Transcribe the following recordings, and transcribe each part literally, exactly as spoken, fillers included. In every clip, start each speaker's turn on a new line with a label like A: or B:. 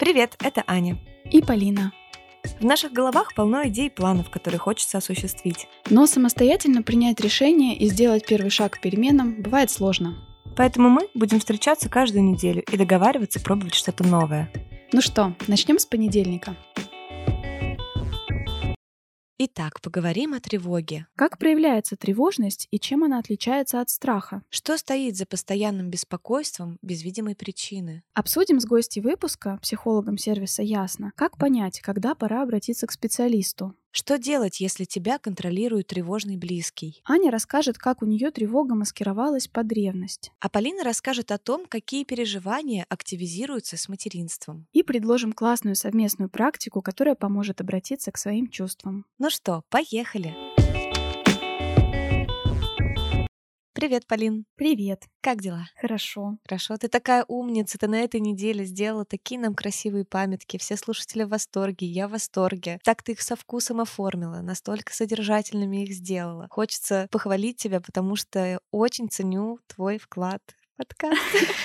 A: Привет, это Аня.
B: И Полина.
A: В наших головах полно идей и планов, которые хочется осуществить.
B: Но самостоятельно принять решение и сделать первый шаг к переменам бывает сложно.
A: Поэтому мы будем встречаться каждую неделю и договариваться пробовать что-то новое.
B: Ну что, начнем с понедельника.
A: Итак, поговорим о тревоге.
B: Как проявляется тревожность и чем она отличается от страха?
A: Что стоит за постоянным беспокойством без видимой причины?
B: Обсудим с гостьей выпуска, психологом сервиса «Ясно», как понять, когда пора обратиться к специалисту.
A: Что делать, если тебя контролирует тревожный близкий?
B: Аня расскажет, как у нее тревога маскировалась под ревность.
A: А Полина расскажет о том, какие переживания активизируются с материнством.
B: И предложим классную совместную практику, которая поможет обратиться к своим чувствам.
A: Ну что, поехали! Привет, Полин.
B: Привет.
A: Как дела?
B: Хорошо.
A: Хорошо. Ты такая умница. Ты на этой неделе сделала такие нам красивые памятки. Все слушатели в восторге, я в восторге. Так ты их со вкусом оформила, настолько содержательными их сделала. Хочется похвалить тебя, потому что очень ценю твой вклад в подкаст.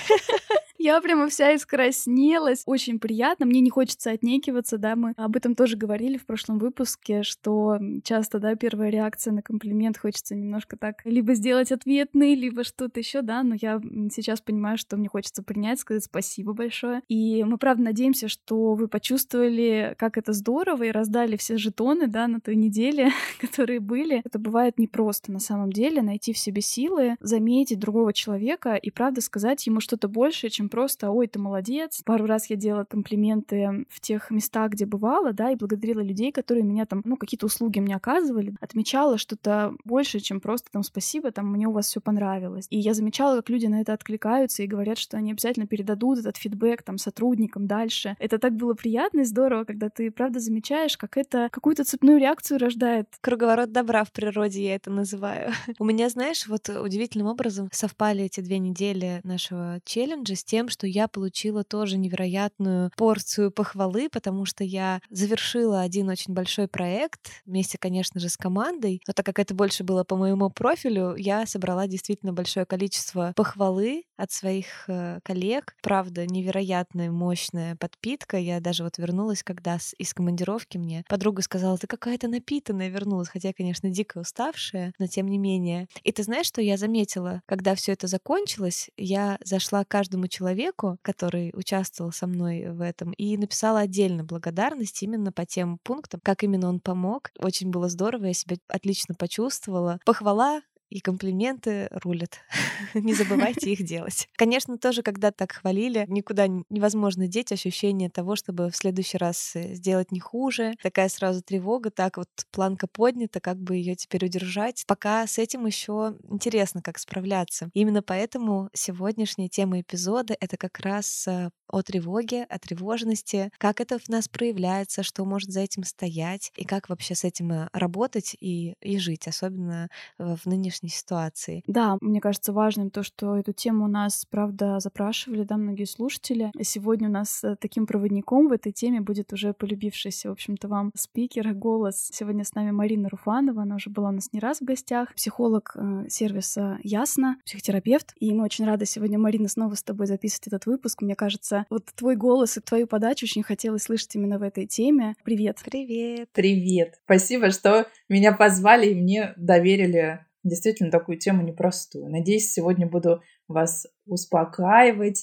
B: Я прямо вся искраснелась. Очень приятно. Мне не хочется отнекиваться, да, мы об этом тоже говорили в прошлом выпуске, что часто, да, первая реакция на комплимент хочется немножко так либо сделать ответный, либо что-то еще, да, но я сейчас понимаю, что мне хочется принять, сказать спасибо большое. И мы, правда, надеемся, что вы почувствовали, как это здорово, и раздали все жетоны, да, на той неделе, которые были. Это бывает непросто, на самом деле, найти в себе силы, заметить другого человека и, правда, сказать ему что-то большее, чем просто «Ой, ты молодец». Пару раз я делала комплименты в тех местах, где бывала, да, и благодарила людей, которые меня там, ну, какие-то услуги мне оказывали. Отмечала что-то большее, чем просто там «Спасибо, там, мне у вас все понравилось». И я замечала, как люди на это откликаются и говорят, что они обязательно передадут этот фидбэк там сотрудникам дальше. Это так было приятно и здорово, когда ты, правда, замечаешь, как это какую-то цепную реакцию рождает.
A: Круговорот добра в природе, я это называю. У меня, знаешь, вот удивительным образом совпали эти две недели нашего челленджа с тем, что я получила тоже невероятную порцию похвалы, потому что я завершила один очень большой проект вместе, конечно же, с командой, но так как это больше было по моему профилю, я собрала действительно большое количество похвалы от своих э, коллег. Правда, невероятная, мощная подпитка. Я даже вот вернулась, когда с, из командировки мне подруга сказала: ты какая-то напитанная вернулась, хотя я, конечно, дико уставшая, но тем не менее. И ты знаешь, что я заметила? Когда все это закончилось, я зашла к каждому человеку, который участвовал со мной в этом, и написала отдельно благодарность именно по тем пунктам, как именно он помог. Очень было здорово, я себя отлично почувствовала. Похвала и комплименты рулят. Не забывайте их делать. Конечно, тоже, когда так хвалили, никуда невозможно деть ощущение того, чтобы в следующий раз сделать не хуже. Такая сразу тревога, так вот планка поднята, как бы ее теперь удержать. Пока с этим еще интересно, как справляться. Именно поэтому сегодняшняя тема эпизода — это как раз о тревоге, о тревожности, как это в нас проявляется, что может за этим стоять, и как вообще с этим работать и, и жить, особенно в нынешней ситуации.
B: Да, мне кажется важным то, что эту тему у нас, правда, запрашивали, да, многие слушатели. И сегодня у нас таким проводником в этой теме будет уже полюбившийся, в общем-то, вам спикер, голос. Сегодня с нами Марина Руфанова, она уже была у нас не раз в гостях, психолог э, сервиса «Ясно», психотерапевт. И мы очень рады сегодня, Марина, снова с тобой записывать этот выпуск. Мне кажется, вот твой голос и твою подачу очень хотелось слышать именно в этой теме. Привет.
A: Привет.
C: Привет. Спасибо, что меня позвали и мне доверили действительно такую тему непростую. Надеюсь, сегодня буду вас успокаивать,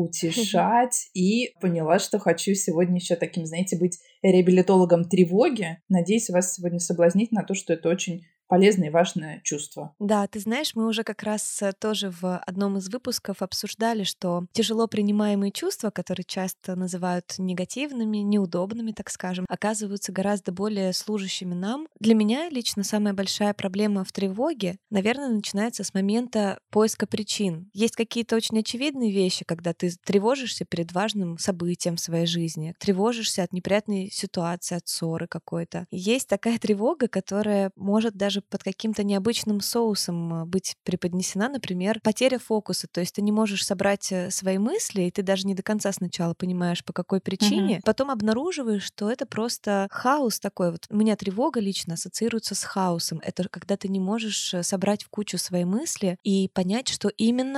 C: утешать. И поняла, что хочу сегодня еще таким, знаете, быть реабилитологом тревоги. Надеюсь, вас сегодня соблазнить на то, что это очень полезное и важное чувство.
A: Да, ты знаешь, мы уже как раз тоже в одном из выпусков обсуждали, что тяжело принимаемые чувства, которые часто называют негативными, неудобными, так скажем, оказываются гораздо более служащими нам. Для меня лично самая большая проблема в тревоге, наверное, начинается с момента поиска причин. Есть какие-то очень очевидные вещи, когда ты тревожишься перед важным событием в своей жизни, тревожишься от неприятной ситуации, от ссоры какой-то. Есть такая тревога, которая может даже под каким-то необычным соусом быть преподнесена, например, потеря фокуса. То есть ты не можешь собрать свои мысли, и ты даже не до конца сначала понимаешь, по какой причине. Uh-huh. Потом обнаруживаешь, что это просто хаос такой. Вот у меня тревога лично ассоциируется с хаосом. Это когда ты не можешь собрать в кучу свои мысли и понять, что именно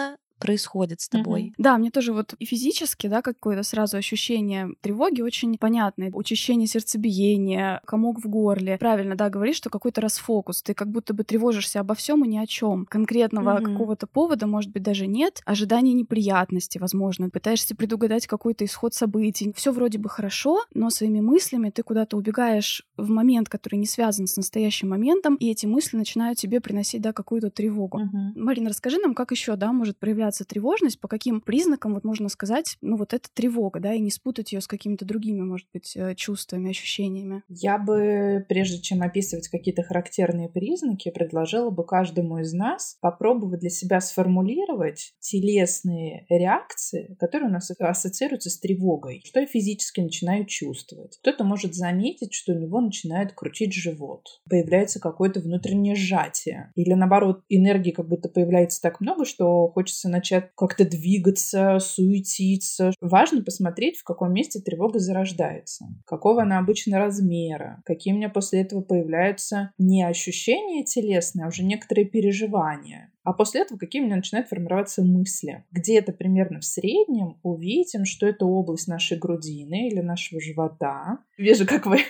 A: происходит с
C: Мгм.
A: тобой.
B: Да, мне тоже вот и физически, да, какое-то сразу ощущение тревоги очень понятное. Учащение сердцебиения, комок в горле. Правильно, да, говоришь, что какой-то расфокус. Ты как будто бы тревожишься обо всем и ни о чем. Конкретного
A: Мгм.
B: какого-то повода, может быть, даже нет. Ожидание неприятности, возможно. Пытаешься предугадать какой-то исход событий. Все вроде бы хорошо, но своими мыслями ты куда-то убегаешь в момент, который не связан с настоящим моментом, и эти мысли начинают тебе приносить, да, какую-то тревогу.
C: Мгм.
B: Марина, расскажи нам, как еще, да, может проявляться тревожность, по каким признакам вот можно сказать, ну вот это тревога, да, и не спутать ее с какими-то другими, может быть, э, чувствами, ощущениями.
C: Я бы, прежде чем описывать какие-то характерные признаки, предложила бы каждому из нас попробовать для себя сформулировать телесные реакции, которые у нас ассоциируются с тревогой, что я физически начинаю чувствовать. Кто-то может заметить, что у него начинает крутить живот, появляется какое-то внутреннее сжатие, или наоборот, энергии как будто появляется так много, что хочется начать как-то двигаться, суетиться. Важно посмотреть, в каком месте тревога зарождается, какого она обычно размера, какие у меня после этого появляются не ощущения телесные, а уже некоторые переживания. А после этого какие у меня начинают формироваться мысли. Где-то примерно в среднем увидим, что это область нашей грудины или нашего живота. Вижу, как вы...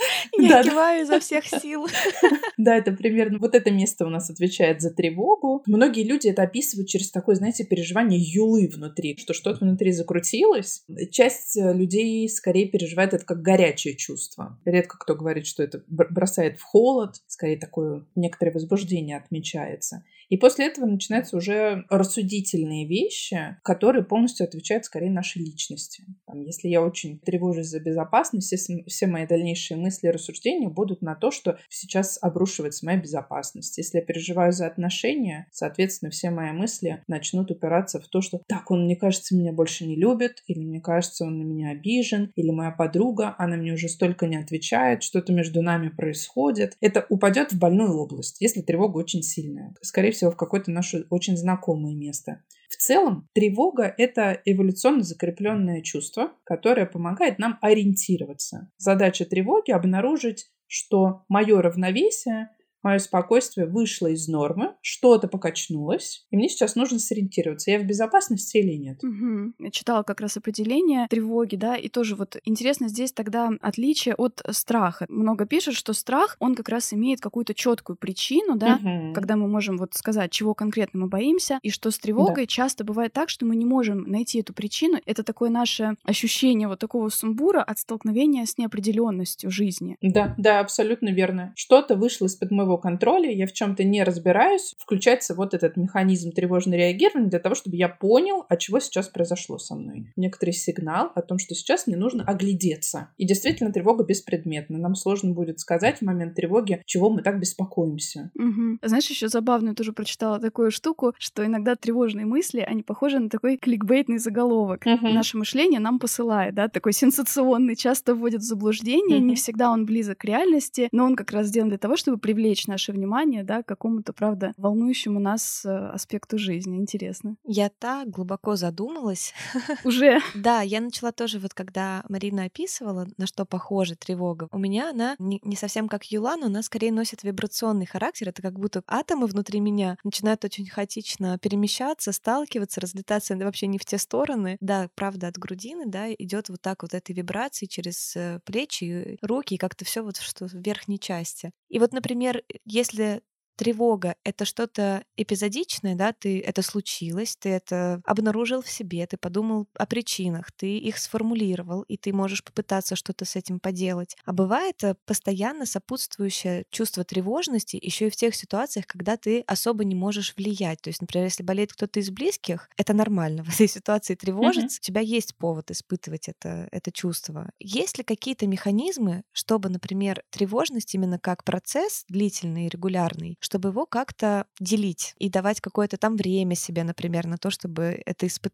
A: Я
C: Да, да.
A: киваю изо всех сил.
C: Да, это примерно вот это место у нас отвечает за тревогу. Многие люди это описывают через такое, знаете, переживание юлы внутри, что что-то внутри закрутилось. Часть э, людей скорее переживает это как горячее чувство. Редко кто говорит, что это бр- бросает в холод, скорее такое некоторое возбуждение отмечается. И после этого начинаются уже рассудительные вещи, которые полностью отвечают скорее нашей личности. Там, если я очень тревожусь за безопасность, все, см- все мои дальнейшие мысли и рассуждения будут на то, что сейчас обрушивается моя безопасность. Если я переживаю за отношения, соответственно, все мои мысли начнут упираться в то, что так, он, мне кажется, меня больше не любит, или мне кажется, он на меня обижен, или моя подруга, она мне уже столько не отвечает, что-то между нами происходит. Это упадет в больную область, если тревога очень сильная. Скорее всего, в какое-то наше очень знакомое место. В целом, тревога — это эволюционно закрепленное чувство, которое помогает нам ориентироваться. Задача тревоги — обнаружить, что мое равновесие, мое спокойствие вышло из нормы, что-то покачнулось, и мне сейчас нужно сориентироваться, я в безопасности или нет.
B: Мгм. Я читала как раз определение тревоги, да, и тоже вот интересно здесь тогда отличие от страха. Много пишут, что страх, он как раз имеет какую-то четкую причину, да,
C: Мгм.
B: когда мы можем вот сказать, чего конкретно мы боимся, и что с
C: Да.
B: тревогой часто бывает так, что мы не можем найти эту причину. Это такое наше ощущение вот такого сумбура от столкновения с неопределенностью жизни.
C: Да, да, абсолютно верно. Что-то вышло из-под моего контроля, я в чем-то не разбираюсь, включается вот этот механизм тревожного реагирования для того, чтобы я понял, от чего сейчас произошло со мной. Некоторый сигнал о том, что сейчас мне нужно оглядеться. И действительно, тревога беспредметна. Нам сложно будет сказать в момент тревоги, чего мы так беспокоимся.
B: Мгм. Знаешь, еще забавно, я тоже прочитала такую штуку, что иногда тревожные мысли, они похожи на такой кликбейтный заголовок.
C: Мгм.
B: Наше мышление нам посылает, да, такой сенсационный, часто вводит в заблуждение, не
C: Мгм.
B: всегда он близок к реальности, но он как раз сделан для того, чтобы привлечь наше внимание, да, к какому-то, правда, волнующему нас э, аспекту жизни. Интересно.
A: Я так глубоко задумалась.
B: Уже.
A: Да, я начала тоже, вот когда Марина описывала, на что похожа тревога, у меня она не, не совсем как юла, но она скорее носит вибрационный характер. Это как будто атомы внутри меня начинают очень хаотично перемещаться, сталкиваться, разлетаться вообще не в те стороны. Да, правда, от грудины, да, идет вот так вот этой вибрации через э, плечи, и руки, и как-то все вот что в верхней части. И вот, например, если тревога — это что-то эпизодичное, да, ты это случилось, ты это обнаружил в себе, ты подумал о причинах, ты их сформулировал, и ты можешь попытаться что-то с этим поделать. А бывает э, постоянно сопутствующее чувство тревожности еще и в тех ситуациях, когда ты особо не можешь влиять. То есть, например, если болеет кто-то из близких, это нормально. В этой ситуации
C: Мгм.
A: тревожиться, у тебя есть повод испытывать это, это чувство. Есть ли какие-то механизмы, чтобы, например, тревожность именно как процесс длительный и регулярный, чтобы его как-то делить и давать какое-то там время себе, например, на то, чтобы это испытать?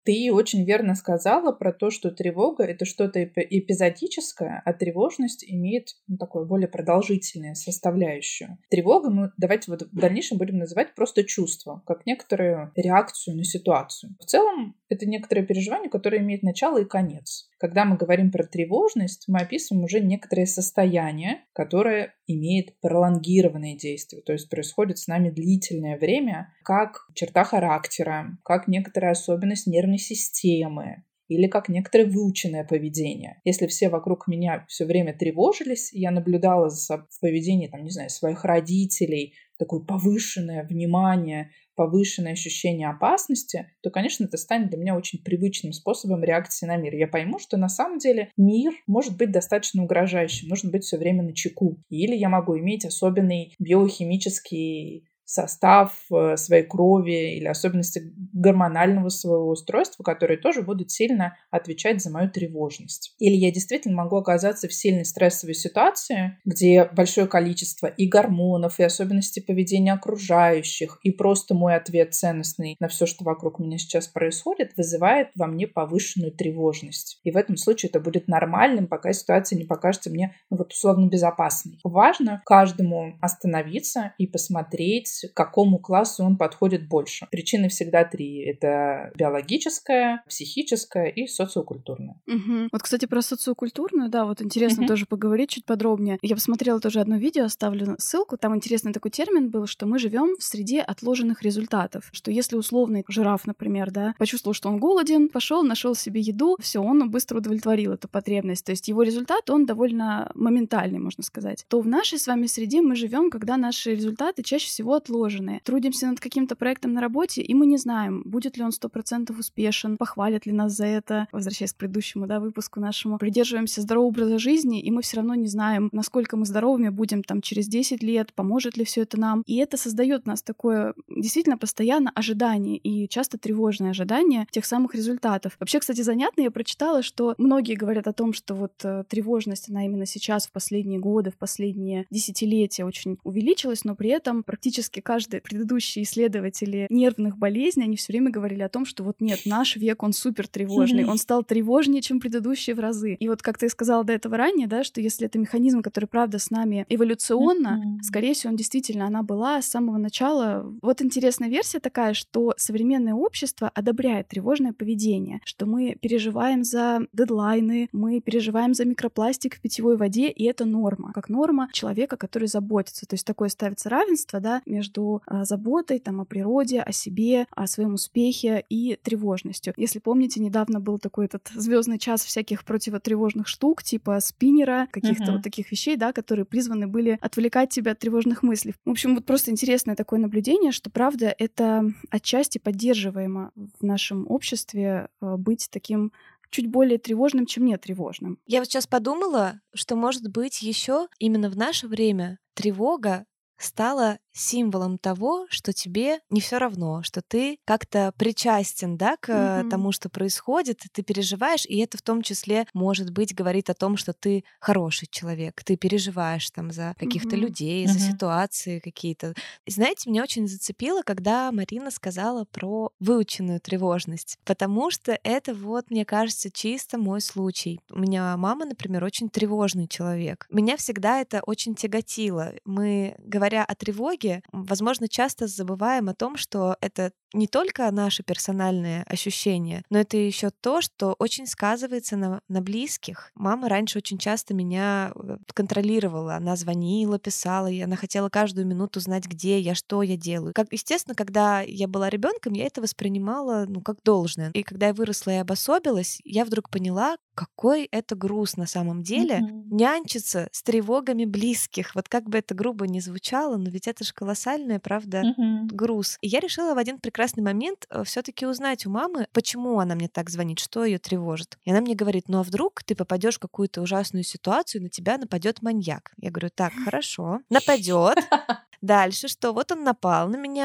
C: Ты очень верно сказала про то, что тревога — это что-то эпизодическое, а тревожность имеет ну, такую более продолжительную составляющую. Тревога мы давайте вот в дальнейшем будем называть просто чувство, как некоторую реакцию на ситуацию. В целом, это некоторое переживание, которое имеет начало и конец. Когда мы говорим про тревожность, мы описываем уже некоторое состояние, которое имеет пролонгированные действия, то есть происходит с нами длительное время, как черта характера, как некоторая особенность нервной системы или как некоторое выученное поведение. Если все вокруг меня все время тревожились, я наблюдала за поведением, там, не знаю, своих родителей, такое повышенное внимание, повышенное ощущение опасности, то, конечно, это станет для меня очень привычным способом реакции на мир. Я пойму, что на самом деле мир может быть достаточно угрожающим, нужно быть все время начеку. Или я могу иметь особенный биохимический состав своей крови или особенности гормонального своего устройства, которые тоже будут сильно отвечать за мою тревожность. Или я действительно могу оказаться в сильной стрессовой ситуации, где большое количество и гормонов, и особенностей поведения окружающих, и просто мой ответ ценностный на все, что вокруг меня сейчас происходит, вызывает во мне повышенную тревожность. И в этом случае это будет нормальным, пока ситуация не покажется мне ну, вот, условно безопасной. Важно каждому остановиться и посмотреть, к какому классу он подходит больше. Причины всегда три. Это биологическая, психическая и социокультурная.
B: Угу. Вот, кстати, про социокультурную, да, вот интересно угу. тоже поговорить чуть подробнее. Я посмотрела тоже одно видео, оставлю ссылку. Там интересный такой термин был, что мы живем в среде отложенных результатов. Что если условный жираф, например, да, почувствовал, что он голоден, пошел, нашел себе еду, все, он быстро удовлетворил эту потребность. То есть его результат, он довольно моментальный, можно сказать. То в нашей с вами среде мы живем, когда наши результаты чаще всего отложены. Трудимся над каким-то проектом на работе, и мы не знаем, будет ли он сто процентов успешен, похвалят ли нас за это. Возвращаясь к предыдущему да, выпуску нашему, придерживаемся здорового образа жизни, и мы все равно не знаем, насколько мы здоровыми будем там через десять лет, поможет ли все это нам. И это создает у нас такое действительно постоянно ожидание, и часто тревожное ожидание тех самых результатов. Вообще, кстати, занятно, я прочитала, что многие говорят о том, что вот э, тревожность, она именно сейчас, в последние годы, в последние десятилетия очень увеличилась, но при этом практически каждый предыдущий исследователи нервных болезней, они все время говорили о том, что вот нет, наш век, он супер тревожный, он стал тревожнее, чем предыдущие в разы. И вот как ты сказала до этого ранее, да, что если это механизм, который, правда, с нами эволюционно, mm-hmm. скорее всего, он действительно, она была с самого начала. Вот интересная версия такая, что современное общество одобряет тревожное поведение, что мы переживаем за дедлайны, мы переживаем за микропластик в питьевой воде, и это норма, как норма человека, который заботится. То есть такое ставится равенство, да, между а, заботой там, о природе, о себе, о своем успехе и тревожностью. Если помните, недавно был такой этот звездный час всяких противотревожных штук, типа спиннера, каких-то uh-huh. вот таких вещей, да, которые призваны были отвлекать тебя от тревожных мыслей. В общем, вот просто интересное такое наблюдение, что, правда, это отчасти поддерживаемо в нашем обществе а, быть таким чуть более тревожным, чем нетревожным.
A: Я вот сейчас подумала, что, может быть, еще именно в наше время тревога стала символом того, что тебе не все равно, что ты как-то причастен, да, к mm-hmm. тому, что происходит, ты переживаешь, и это в том числе, может быть, говорит о том, что ты хороший человек, ты переживаешь там за каких-то mm-hmm. людей, mm-hmm. за ситуации какие-то. И знаете, меня очень зацепило, когда Марина сказала про выученную тревожность, потому что это вот, мне кажется, чисто мой случай. У меня мама, например, очень тревожный человек. Меня всегда это очень тяготило. Мы, говоря о тревоге, возможно, часто забываем о том, что это не только наши персональные ощущения, но это еще то, что очень сказывается на, на близких. Мама раньше очень часто меня контролировала. Она звонила, писала, и она хотела каждую минуту знать, где я, что я делаю. Как, естественно, когда я была ребенком, я это воспринимала ну, как должное. И когда я выросла и обособилась, я вдруг поняла, какой это груз на самом деле mm-hmm. нянчиться с тревогами близких. Вот как бы это грубо ни звучало, но ведь это же колоссальная, правда, mm-hmm. груз. И я решила в один прекрасный момент все-таки узнать у мамы, почему она мне так звонит, что ее тревожит. И она мне говорит: ну а вдруг ты попадешь в какую-то ужасную ситуацию, на тебя нападет маньяк. Я говорю: так, хорошо, нападет. Дальше что? Вот он напал на меня.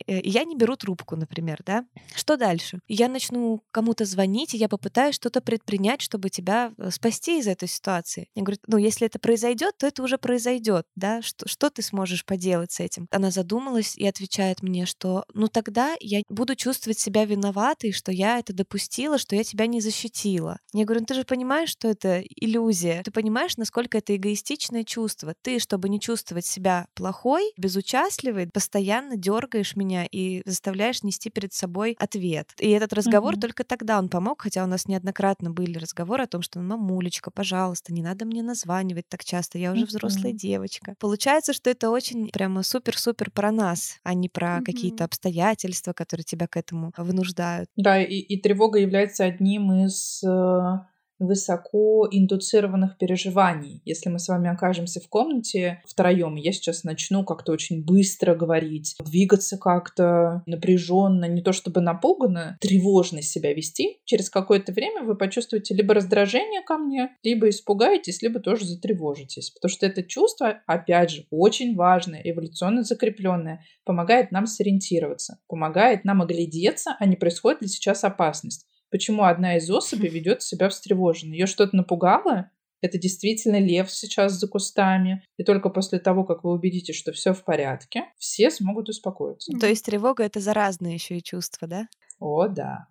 A: э, и я не беру трубку, например, да, что дальше? Я начну кому-то звонить, и я попытаюсь что-то предпринять, чтобы тебя э, спасти из этой ситуации. Я говорю, ну, если это произойдет, то это уже произойдет, да, что, что ты сможешь поделать с этим? Она задумалась и отвечает мне, что, ну, тогда я буду чувствовать себя виноватой, что я это допустила, что я тебя не защитила. Я говорю, ну, ты же понимаешь, что это иллюзия. Ты понимаешь, насколько это эгоистичное чувство. Ты, чтобы не чувствовать себя плохой, безучастливой, постоянно дергаешь меня и заставляешь нести перед собой ответ. И этот разговор
C: Мгм.
A: только тогда он помог, хотя у нас неоднократно были разговоры о том, что, ну, мамулечка, пожалуйста, не надо мне названивать так часто, я уже взрослая
C: Мгм.
A: девочка. Получается, что это очень прямо супер-супер про нас, а не про какие-то
B: Мгм.
A: обстоятельства, которые тебя к этому вынуждают.
C: Да, и, и тревога является одним из э, высоко индуцированных переживаний. Если мы с вами окажемся в комнате втроем, я сейчас начну как-то очень быстро говорить, двигаться как-то напряженно, не то чтобы напуганно, тревожно себя вести, через какое-то время вы почувствуете либо раздражение ко мне, либо испугаетесь, либо тоже затревожитесь. Потому что это чувство, опять же, очень важное, эволюционно закрепленное, помогает нам сориентироваться, помогает нам оглядеться, а не происходит ли сейчас опасность. Почему одна из особей ведет себя встревоженно? Ее что-то напугало? Это действительно лев сейчас за кустами. И только после того, как вы убедитесь, что все в порядке, все смогут успокоиться.
A: То есть тревога — это заразное еще и чувство, да?
C: О, да.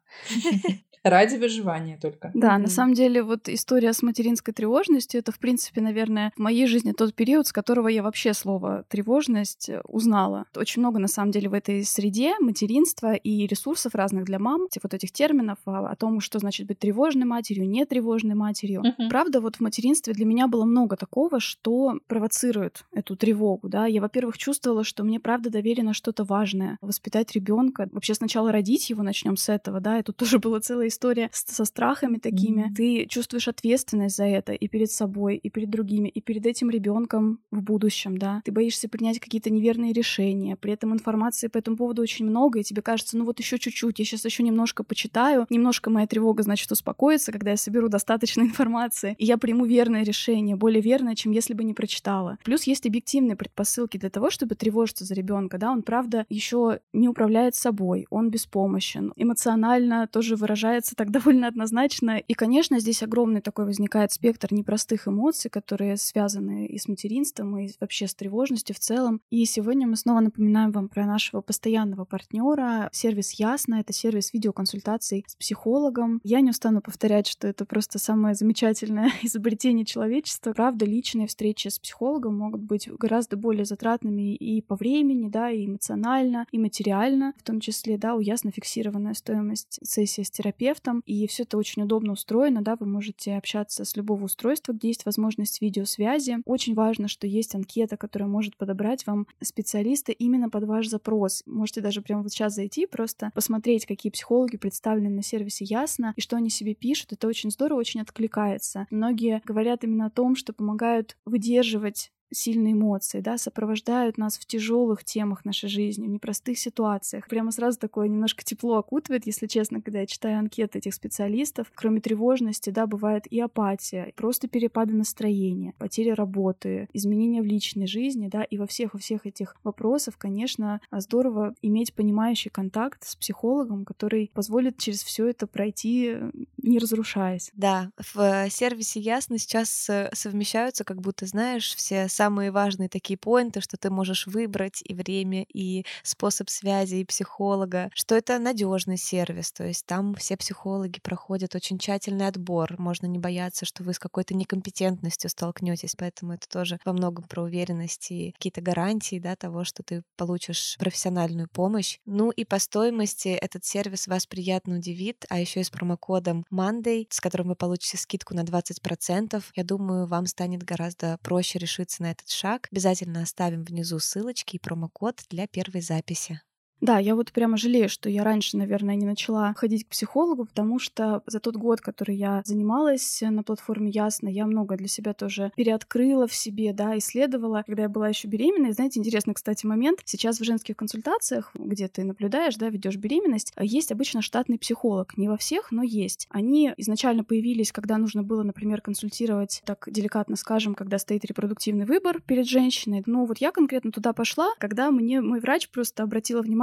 C: Ради выживания только.
B: Да,
A: Мгм.
B: на самом деле вот история с материнской тревожностью — это, в принципе, наверное, в моей жизни тот период, с которого я вообще слово «тревожность» э, узнала. Очень много, на самом деле, в этой среде материнства и ресурсов разных для мам, этих вот этих терминов а, о том, что значит быть тревожной матерью, нетревожной матерью.
C: Мгм.
B: Правда, вот в материнстве для меня было много такого, что провоцирует эту тревогу, да. Я, во-первых, чувствовала, что мне, правда, доверено что-то важное. Воспитать ребенка, вообще сначала родить его, начнем с этого, да, и тут тоже была целая история с- со страхами такими.
C: Мгм.
B: Ты чувствуешь ответственность за это и перед собой, и перед другими, и перед этим ребенком в будущем, да. Ты боишься принять какие-то неверные решения, при этом информации по этому поводу очень много, и тебе кажется, ну вот еще чуть-чуть, я сейчас еще немножко почитаю, немножко моя тревога, значит, успокоится, когда я соберу достаточно информации, и я приму верное решение, более верное, чем если бы не прочитала. Плюс есть объективные предпосылки для того, чтобы тревожиться за ребенка, да, он, правда, еще не управляет собой, он беспомощен, эмоционально тоже выражается так довольно однозначно. И, конечно, здесь огромный такой возникает спектр непростых эмоций, которые связаны и с материнством, и вообще с тревожностью в целом. И сегодня мы снова напоминаем вам про нашего постоянного партнера, сервис Ясно. Это сервис видеоконсультаций с психологом. Я не устану повторять, что это просто самое замечательное изобретение человечества. Правда, личные встречи с психологом могут быть гораздо более затратными и по времени, да, и эмоционально, и материально, в том числе, да, у Ясно фиксированная стоимость сессии с терапевтом, и все это очень удобно устроено, да, вы можете общаться с любого устройства, где есть возможность видеосвязи. Очень важно, что есть анкета, которая может подобрать вам специалиста именно под ваш запрос. Можете даже прямо вот сейчас зайти, просто посмотреть, какие психологи представлены на сервисе Ясно, и что они себе пишут. Это очень здорово, очень откликается. Многие говорят именно о том, что помогают выдерживать сильные эмоции, да, сопровождают нас в тяжелых темах нашей жизни, в непростых ситуациях. Прямо сразу такое немножко тепло окутывает, если честно, когда я читаю анкеты этих специалистов. Кроме тревожности, да, бывает и апатия, просто перепады настроения, потеря работы, изменения в личной жизни, да, и во всех, во всех этих вопросах, конечно, здорово иметь понимающий контакт с психологом, который позволит через все это пройти, не разрушаясь.
A: Да, в сервисе Ясно сейчас э, совмещаются, как будто, знаешь, все самые важные такие поинты, что ты можешь выбрать и время, и способ связи, и психолога, что это надежный сервис, то есть там все психологи проходят очень тщательный отбор, можно не бояться, что вы с какой-то некомпетентностью столкнетесь, поэтому это тоже во многом про уверенность и какие-то гарантии, да, того, что ты получишь профессиональную помощь. Ну и по стоимости этот сервис вас приятно удивит, а еще и с промокодом Monday, с которым вы получите скидку на двадцать процентов. Я думаю, вам станет гораздо проще решиться на этот шаг. Обязательно оставим внизу ссылочки и промокод для первой записи.
B: Да, я вот прямо жалею, что я раньше, наверное, не начала ходить к психологу, потому что за тот год, который я занималась на платформе Ясно, я много для себя тоже переоткрыла в себе, да, исследовала. Когда я была еще беременной, знаете, интересный, кстати, момент. Сейчас в женских консультациях, где ты наблюдаешь, да, ведешь беременность, есть обычно штатный психолог. Не во всех, но есть. Они изначально появились, когда нужно было, например, консультировать, так деликатно скажем, когда стоит репродуктивный выбор перед женщиной. Но вот я конкретно туда пошла, когда мне мой врач просто обратила внимание,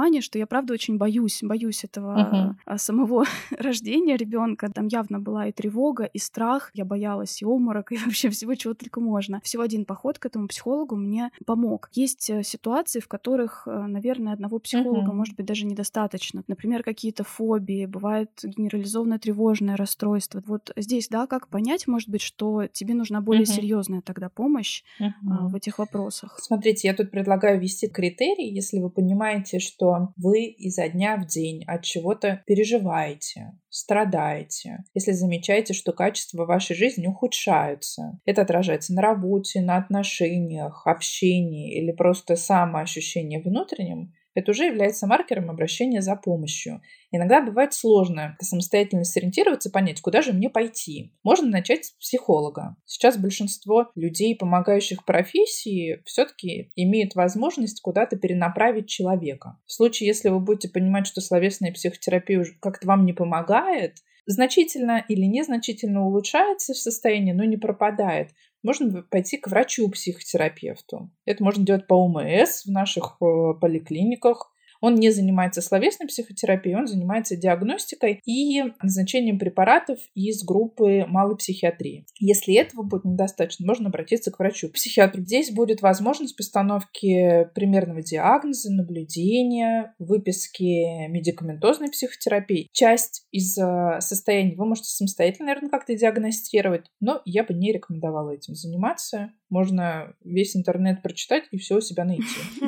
B: понимание, что я правда очень боюсь, боюсь этого uh-huh. самого рождения ребенка. Там явно была и тревога, и страх. Я боялась и обморок, и вообще всего, чего только можно. Всего один поход к этому психологу мне помог. Есть ситуации, в которых, наверное, одного психолога, uh-huh. может быть, даже недостаточно. Например, какие-то фобии, бывает генерализованное тревожное расстройство. Вот здесь, да, как понять, может быть, что тебе нужна более uh-huh. серьезная тогда помощь uh-huh. в этих вопросах?
C: Смотрите, я тут предлагаю ввести критерий, если вы понимаете, что вы изо дня в день от чего-то переживаете, страдаете, если замечаете, что качество вашей жизни ухудшаются. Это отражается на работе, на отношениях, общении или просто самоощущении внутреннем, это уже является маркером обращения за помощью. Иногда бывает сложно самостоятельно сориентироваться, понять, куда же мне пойти. Можно начать с психолога. Сейчас большинство людей, помогающих профессии, все-таки имеют возможность куда-то перенаправить человека. В случае, если вы будете понимать, что словесная психотерапия уже как-то вам не помогает, значительно или незначительно улучшается состояние, но не пропадает, можно пойти к врачу-психотерапевту. Это можно делать по ОМС в наших поликлиниках. Он не занимается словесной психотерапией, он занимается диагностикой и назначением препаратов из группы малой психиатрии. Если этого будет недостаточно, можно обратиться к врачу-психиатру. Здесь будет возможность постановки примерного диагноза, наблюдения, выписки медикаментозной психотерапии. Часть из состояний вы можете самостоятельно, наверное, как-то диагностировать, но я бы не рекомендовала этим заниматься. Можно весь интернет прочитать и все у себя найти.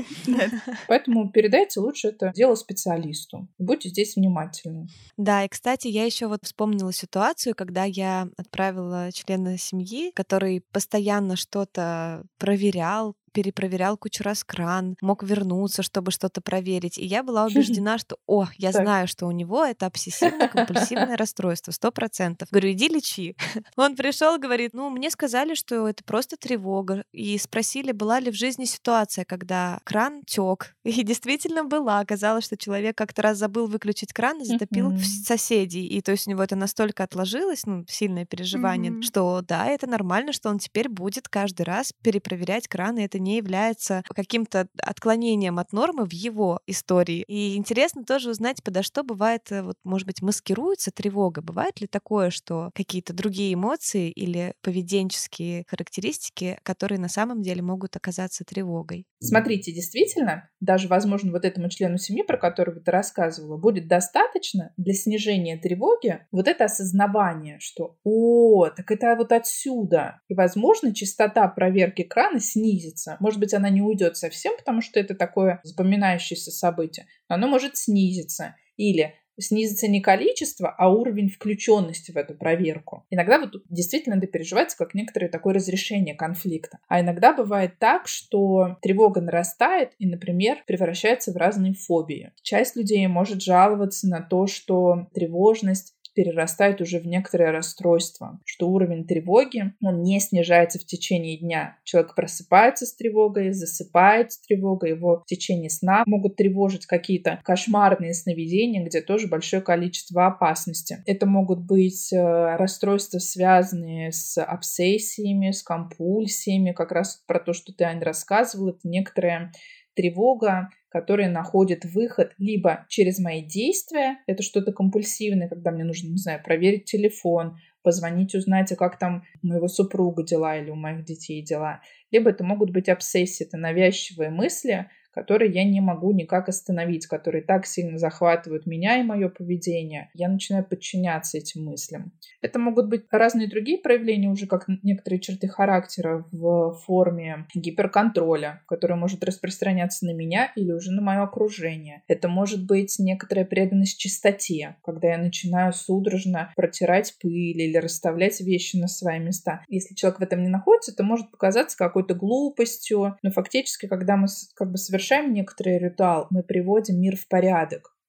C: Поэтому передайте лучше это дело специалисту. Будьте здесь внимательны.
A: Да, и, кстати, я еще вот вспомнила ситуацию, когда я отправила члена семьи, который постоянно что-то проверял, перепроверял кучу раз кран, мог вернуться, чтобы что-то проверить. И я была убеждена, что, о, я так. знаю, что у него это обсессивно-компульсивное расстройство, сто процентов. Говорю, иди лечи. Он пришел, говорит, ну, мне сказали, что это просто тревога. И спросили, была ли в жизни ситуация, когда кран тек. И действительно была. Оказалось, что человек как-то раз забыл выключить кран и затопил mm-hmm. соседей. И то есть у него это настолько отложилось, ну, сильное переживание, mm-hmm. что да, это нормально, что он теперь будет каждый раз перепроверять кран, и это не является каким-то отклонением от нормы в его истории. И интересно тоже узнать, подо что бывает, вот, может быть, маскируется тревога. Бывает ли такое, что какие-то другие эмоции или поведенческие характеристики, которые на самом деле могут оказаться тревогой?
C: Смотрите, действительно, даже, возможно, вот этому члену семьи, про которого ты рассказывала, будет достаточно для снижения тревоги вот это осознавание, что «О, так это вот отсюда». И, возможно, частота проверки крана снизится. Может быть, она не уйдет совсем, потому что это такое запоминающееся событие, но оно может снизиться. Или снизится не количество, а уровень включенности в эту проверку. Иногда вот действительно это переживается как некоторое такое разрешение конфликта. А иногда бывает так, что тревога нарастает и, например, превращается в разные фобии. Часть людей может жаловаться на то, что тревожность перерастает уже в некоторое расстройство, что уровень тревоги, он не снижается в течение дня. Человек просыпается с тревогой, засыпает с тревогой, его в течение сна могут тревожить какие-то кошмарные сновидения, где тоже большое количество опасности. Это могут быть расстройства, связанные с обсессиями, с компульсиями, как раз про то, что ты, Ань, рассказывала, это некоторая тревога, которая находит выход либо через мои действия, это что-то компульсивное, когда мне нужно, не знаю, проверить телефон, позвонить, узнать, а как там у моего супруга дела или у моих детей дела, либо это могут быть обсессии, это навязчивые мысли, которые я не могу никак остановить, которые так сильно захватывают меня и мое поведение. Я начинаю подчиняться этим мыслям. Это могут быть разные другие проявления, уже как некоторые черты характера в форме гиперконтроля, который может распространяться на меня или уже на мое окружение. Это может быть некоторая преданность чистоте, когда я начинаю судорожно протирать пыль или расставлять вещи на свои места. Если человек в этом не находится, это может показаться какой-то глупостью, но фактически, когда мы как бы совершаем некоторый ритуал, мы приводим мир в порядок.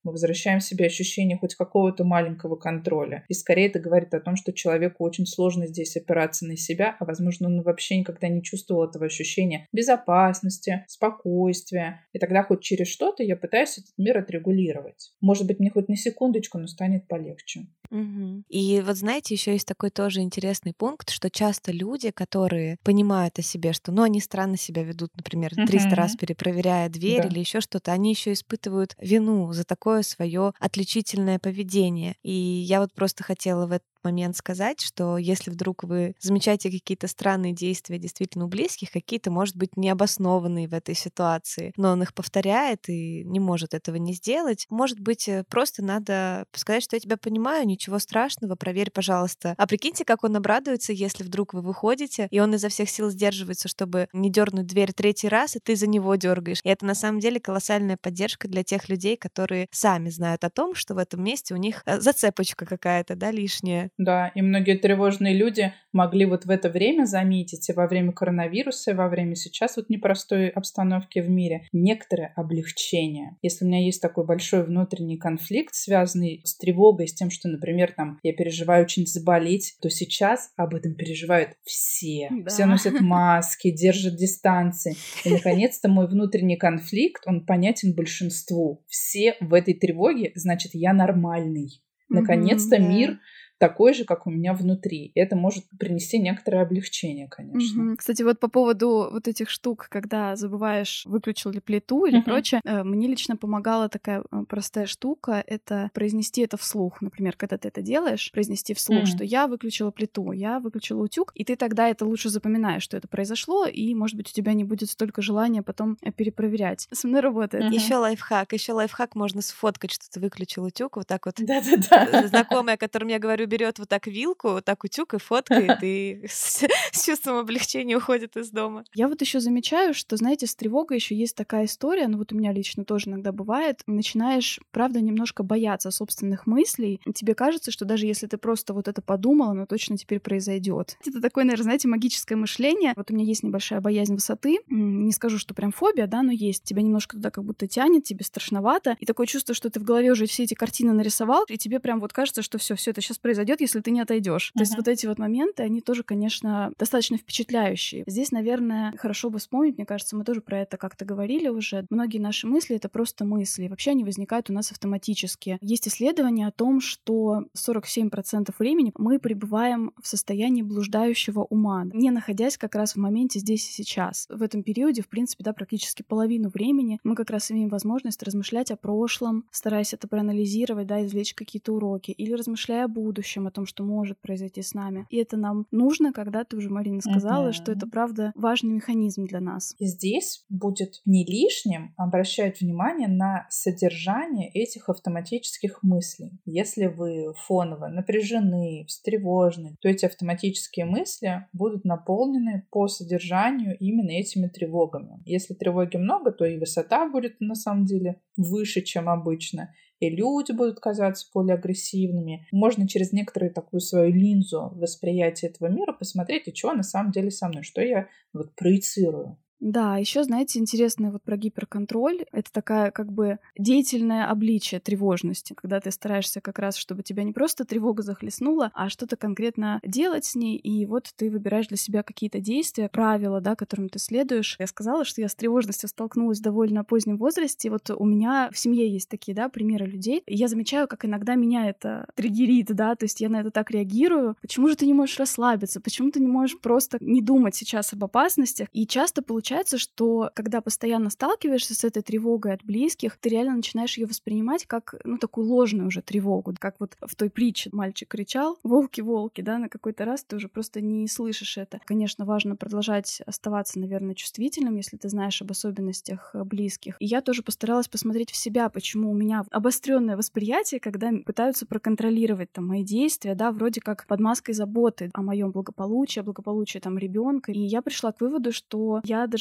C: Мы возвращаем себе ощущение хоть какого-то маленького контроля. И скорее это говорит о том, что человеку очень сложно здесь опираться на себя, а возможно, он вообще никогда не чувствовал этого ощущения безопасности, спокойствия. И тогда хоть через что-то я пытаюсь этот мир отрегулировать. Может быть, мне хоть на секундочку, но станет полегче.
A: Мгм. И вот знаете, еще есть такой тоже интересный пункт, что часто люди, которые понимают о себе, что, ну, они странно себя ведут, например, триста раз
C: Мгм.
A: перепроверяя дверь или
C: Да.
A: еще что-то, они еще испытывают вину за такое свое отличительное поведение. И я вот просто хотела в этот момент сказать, что если вдруг вы замечаете какие-то странные действия действительно у близких, какие-то, может быть, необоснованные в этой ситуации, но он их повторяет и не может этого не сделать, может быть, э, просто надо сказать, что я тебя понимаю, ничего страшного, проверь, пожалуйста. А прикиньте, как он обрадуется, если вдруг вы выходите, и он изо всех сил сдерживается, чтобы не дернуть дверь третий раз, и ты за него дергаешь. И это на самом деле колоссальная поддержка для тех людей, которые сами знают о том, что в этом месте у них э, зацепочка какая-то, да, лишняя.
C: Да, и многие тревожные люди могли вот в это время заметить, и во время коронавируса, и во время сейчас вот непростой обстановки в мире, некоторое облегчение. Если у меня есть такой большой внутренний конфликт, связанный с тревогой, с тем, что, например, там, я переживаю очень заболеть, то сейчас об этом переживают все. Все
B: Да.
C: носят маски, держат дистанции. И, наконец-то, мой внутренний конфликт, он понятен большинству. Все в этой тревоге, значит, я нормальный.
B: Мгм.
C: Наконец-то
A: Да.
C: мир такой же, как у меня внутри. Это может принести некоторое облегчение, конечно.
B: Мгм. Кстати, вот по поводу вот этих штук, когда забываешь, выключил ли плиту или
C: Мгм.
B: прочее, э, мне лично помогала такая э, простая штука — это произнести это вслух. Например, когда ты это делаешь, произнести вслух,
C: М.
B: что я выключила плиту, я выключила утюг, и ты тогда это лучше запоминаешь, что это произошло, и, может быть, у тебя не будет столько желания потом э, перепроверять. Со мной работает.
C: Мгм.
A: Еще лайфхак, еще лайфхак, можно сфоткать, что ты выключил утюг, вот так вот. Э,
C: Да-да-да.
A: Знакомая, которым я говорю, берет вот так вилку, вот так утюг и фоткает, и с, с чувством облегчения уходит из дома.
B: Я вот еще замечаю, что, знаете, с тревогой еще есть такая история, ну вот у меня лично тоже иногда бывает, начинаешь, правда, немножко бояться собственных мыслей. И тебе кажется, что даже если ты просто вот это подумала, оно точно теперь произойдет. Это такое, наверное, знаете, магическое мышление. Вот у меня есть небольшая боязнь высоты. М, Не скажу, что прям фобия, да, но есть. Тебя немножко туда как будто тянет, тебе страшновато. И такое чувство, что ты в голове уже все эти картины нарисовал, и тебе прям вот кажется, что все, все это сейчас произойдет, если ты не отойдешь. То есть
C: Мгм.
B: вот эти вот моменты, они тоже, конечно, достаточно впечатляющие. Здесь, наверное, хорошо бы вспомнить, мне кажется, мы тоже про это как-то говорили уже. Многие наши мысли — это просто мысли. И вообще они возникают у нас автоматически. Есть исследования о том, что сорок семь процентов времени мы пребываем в состоянии блуждающего ума, не находясь как раз в моменте здесь и сейчас. В этом периоде, в принципе, да, практически половину времени мы как раз имеем возможность размышлять о прошлом, стараясь это проанализировать, да, извлечь какие-то уроки, или размышляя о будущем, о том, что может произойти с нами. И это нам нужно, когда ты уже, Марина, сказала, что это,
C: Мгм.
B: правда, важный механизм для нас.
C: И здесь будет не лишним обращать внимание на содержание этих автоматических мыслей. Если вы фоново напряжены, встревожены, то эти автоматические мысли будут наполнены по содержанию именно этими тревогами. Если тревоги много, то и высота будет на самом деле выше, чем обычно, и люди будут казаться более агрессивными. Можно через некоторую такую свою линзу восприятия этого мира посмотреть, и что на самом деле со мной, что я вот проецирую.
B: Да, еще, знаете, интересно вот про гиперконтроль. Это такая как бы деятельное обличие тревожности, когда ты стараешься как раз, чтобы тебя не просто тревога захлестнула, а что-то конкретно делать с ней, и вот ты выбираешь для себя какие-то действия, правила, да, которым ты следуешь. Я сказала, что я с тревожностью столкнулась в довольно позднем возрасте. Вот у меня в семье есть такие, да, примеры людей. И я замечаю, как иногда меня это триггерит, да, то есть я на это так реагирую. Почему же ты не можешь расслабиться? Почему ты не можешь просто не думать сейчас об опасностях? И часто получается, что когда постоянно сталкиваешься с этой тревогой от близких, ты реально начинаешь ее воспринимать как, ну, такую ложную уже тревогу. Как вот в той притче мальчик кричал: «Волки, волки», да, на какой-то раз ты уже просто не слышишь это. Конечно, важно продолжать оставаться, наверное, чувствительным, если ты знаешь об особенностях близких. И я тоже постаралась посмотреть в себя, почему у меня обостренное восприятие, когда пытаются проконтролировать там мои действия, да, вроде как под маской заботы о моем благополучии, о благополучии там ребенка. И я пришла к выводу, что я даже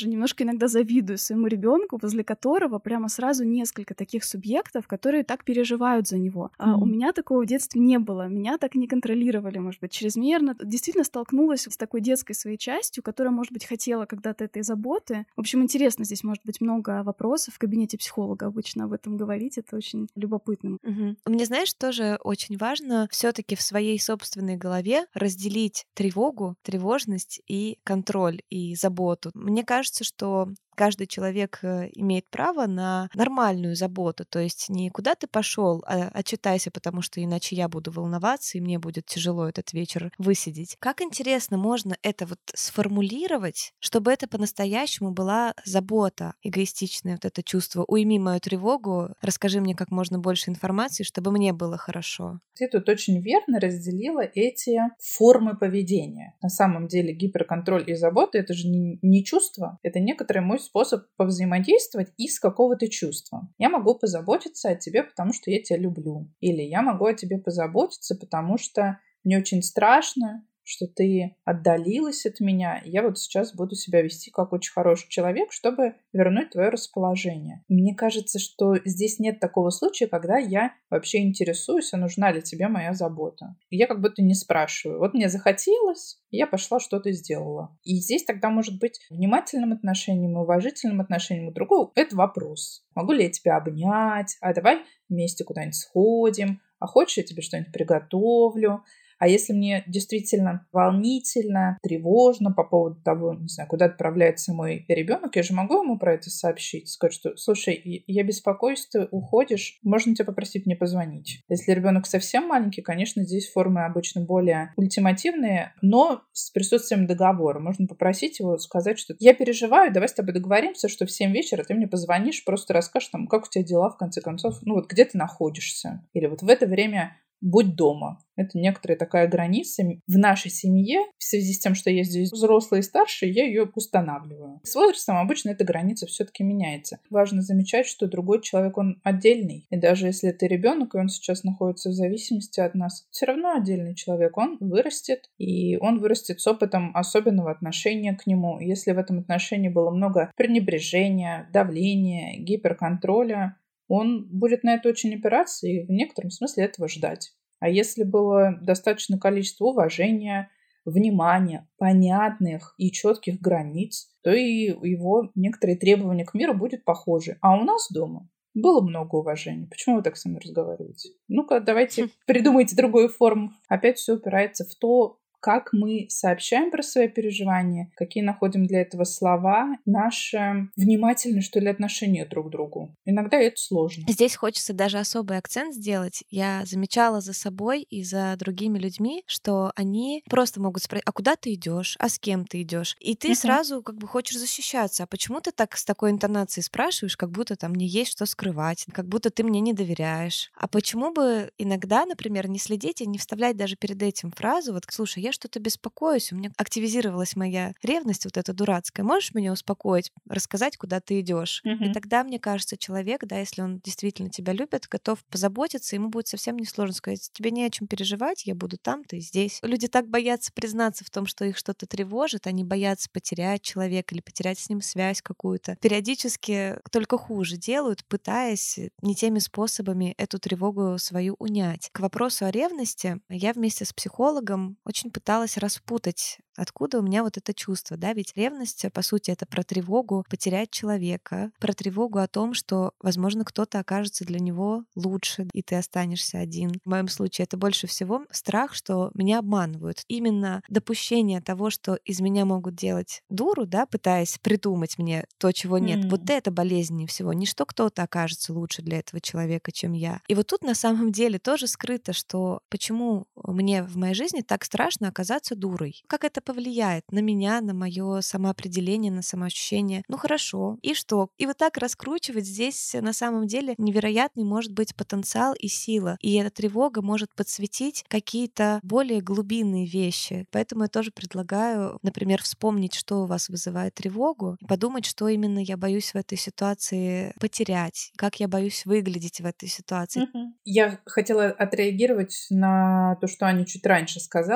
B: даже немножко иногда завидую своему ребенку, возле которого прямо сразу несколько таких субъектов, которые так переживают за него. А у меня такого в детстве не было. Меня так не контролировали, может быть, чрезмерно. Действительно столкнулась с такой детской своей частью, которая, может быть, хотела когда-то этой заботы. В общем, интересно, здесь может быть много вопросов. В кабинете психолога обычно об этом говорить. Это очень любопытно.
A: Угу. Мне, знаешь, тоже очень важно все-таки в своей собственной голове разделить тревогу, тревожность и контроль, и заботу. Мне кажется, что каждый человек имеет право на нормальную заботу, то есть не куда ты пошел, а отчитайся, потому что иначе я буду волноваться, и мне будет тяжело этот вечер высидеть. Как интересно можно это вот сформулировать, чтобы это по-настоящему была забота, эгоистичное вот это чувство. Уйми мою тревогу, расскажи мне как можно больше информации, чтобы мне было хорошо.
C: Ты тут очень верно разделила эти формы поведения. На самом деле гиперконтроль и забота — это же не, не чувство, это некоторый мой способ повзаимодействовать из какого-то чувства. Я могу позаботиться о тебе, потому что я тебя люблю. Или я могу о тебе позаботиться, потому что мне очень страшно, что ты отдалилась от меня, и я вот сейчас буду себя вести как очень хороший человек, чтобы вернуть твое расположение. Мне кажется, что здесь нет такого случая, когда я вообще интересуюсь, а нужна ли тебе моя забота. И я как будто не спрашиваю. Вот мне захотелось, и я пошла что-то сделала. И здесь тогда может быть внимательным отношением и уважительным отношением к другу. Это вопрос. Могу ли я тебя обнять? А давай вместе куда-нибудь сходим? А хочешь, я тебе что-нибудь приготовлю? А если мне действительно волнительно, тревожно по поводу того, не знаю, куда отправляется мой ребенок, я же могу ему про это сообщить, сказать, что, слушай, я беспокоюсь, ты уходишь, можно тебя попросить мне позвонить. Если ребенок совсем маленький, конечно, здесь формы обычно более ультимативные, но с присутствием договора. Можно попросить его сказать, что я переживаю, давай с тобой договоримся, что в семь вечера ты мне позвонишь, просто расскажешь, там, как у тебя дела, в конце концов, ну вот где ты находишься. Или вот в это время будь дома. Это некоторая такая граница в нашей семье. В связи с тем, что я здесь взрослый и старший, я ее устанавливаю. С возрастом обычно эта граница все-таки меняется. Важно замечать, что другой человек, он отдельный. И даже если ты ребенок, и он сейчас находится в зависимости от нас, все равно отдельный человек. Он вырастет, и он вырастет с опытом особенного отношения к нему. Если в этом отношении было много пренебрежения, давления, гиперконтроля, он будет на это очень опираться и в некотором смысле этого ждать. А если было достаточное количество уважения, внимания, понятных и четких границ, то и его некоторые требования к миру будут похожи. А у нас дома было много уважения. Почему вы так со мной разговариваете? Ну-ка, давайте придумайте другую форму. Опять все упирается в то, как мы сообщаем про свои переживания, какие находим для этого слова, наше внимательное, что ли, отношение друг к другу. Иногда это сложно.
A: Здесь хочется даже особый акцент сделать. Я замечала за собой и за другими людьми, что они просто могут спросить, а куда ты идешь, а с кем ты идешь? И ты uh-huh. сразу как бы хочешь защищаться. А почему ты так с такой интонацией спрашиваешь, как будто там мне есть что скрывать, как будто ты мне не доверяешь? А почему бы иногда, например, не следить и не вставлять даже перед этим фразу, вот, слушай, я что-то беспокоюсь, у меня активизировалась моя ревность вот эта дурацкая. Можешь меня успокоить, рассказать, куда ты идешь?
C: Uh-huh.
A: И тогда, мне кажется, человек, да, если он действительно тебя любит, готов позаботиться, ему будет совсем несложно сказать, тебе не о чем переживать, я буду там, ты здесь. Люди так боятся признаться в том, что их что-то тревожит, они боятся потерять человека или потерять с ним связь какую-то. Периодически только хуже делают, пытаясь не теми способами эту тревогу свою унять. К вопросу о ревности я вместе с психологом очень пыталась распутать, откуда у меня вот это чувство, да, ведь ревность, по сути, это про тревогу потерять человека, про тревогу о том, что, возможно, кто-то окажется для него лучше, и ты останешься один. В моем случае это больше всего страх, что меня обманывают. Именно допущение того, что из меня могут делать дуру, да, пытаясь придумать мне то, чего нет. Mm. Вот это болезненнее всего. Не что кто-то окажется лучше для этого человека, чем я. И вот тут на самом деле тоже скрыто, что почему мне в моей жизни так страшно оказаться дурой. Как это повлияет на меня, на мое самоопределение, на самоощущение? Ну хорошо, и что? И вот так раскручивать здесь на самом деле невероятный может быть потенциал и сила. И эта тревога может подсветить какие-то более глубинные вещи. Поэтому я тоже предлагаю, например, вспомнить, что у вас вызывает тревогу, и подумать, что именно я боюсь в этой ситуации потерять, как я боюсь выглядеть в этой ситуации.
C: Mm-hmm. Я хотела отреагировать на то, что Аня чуть раньше сказала, про то,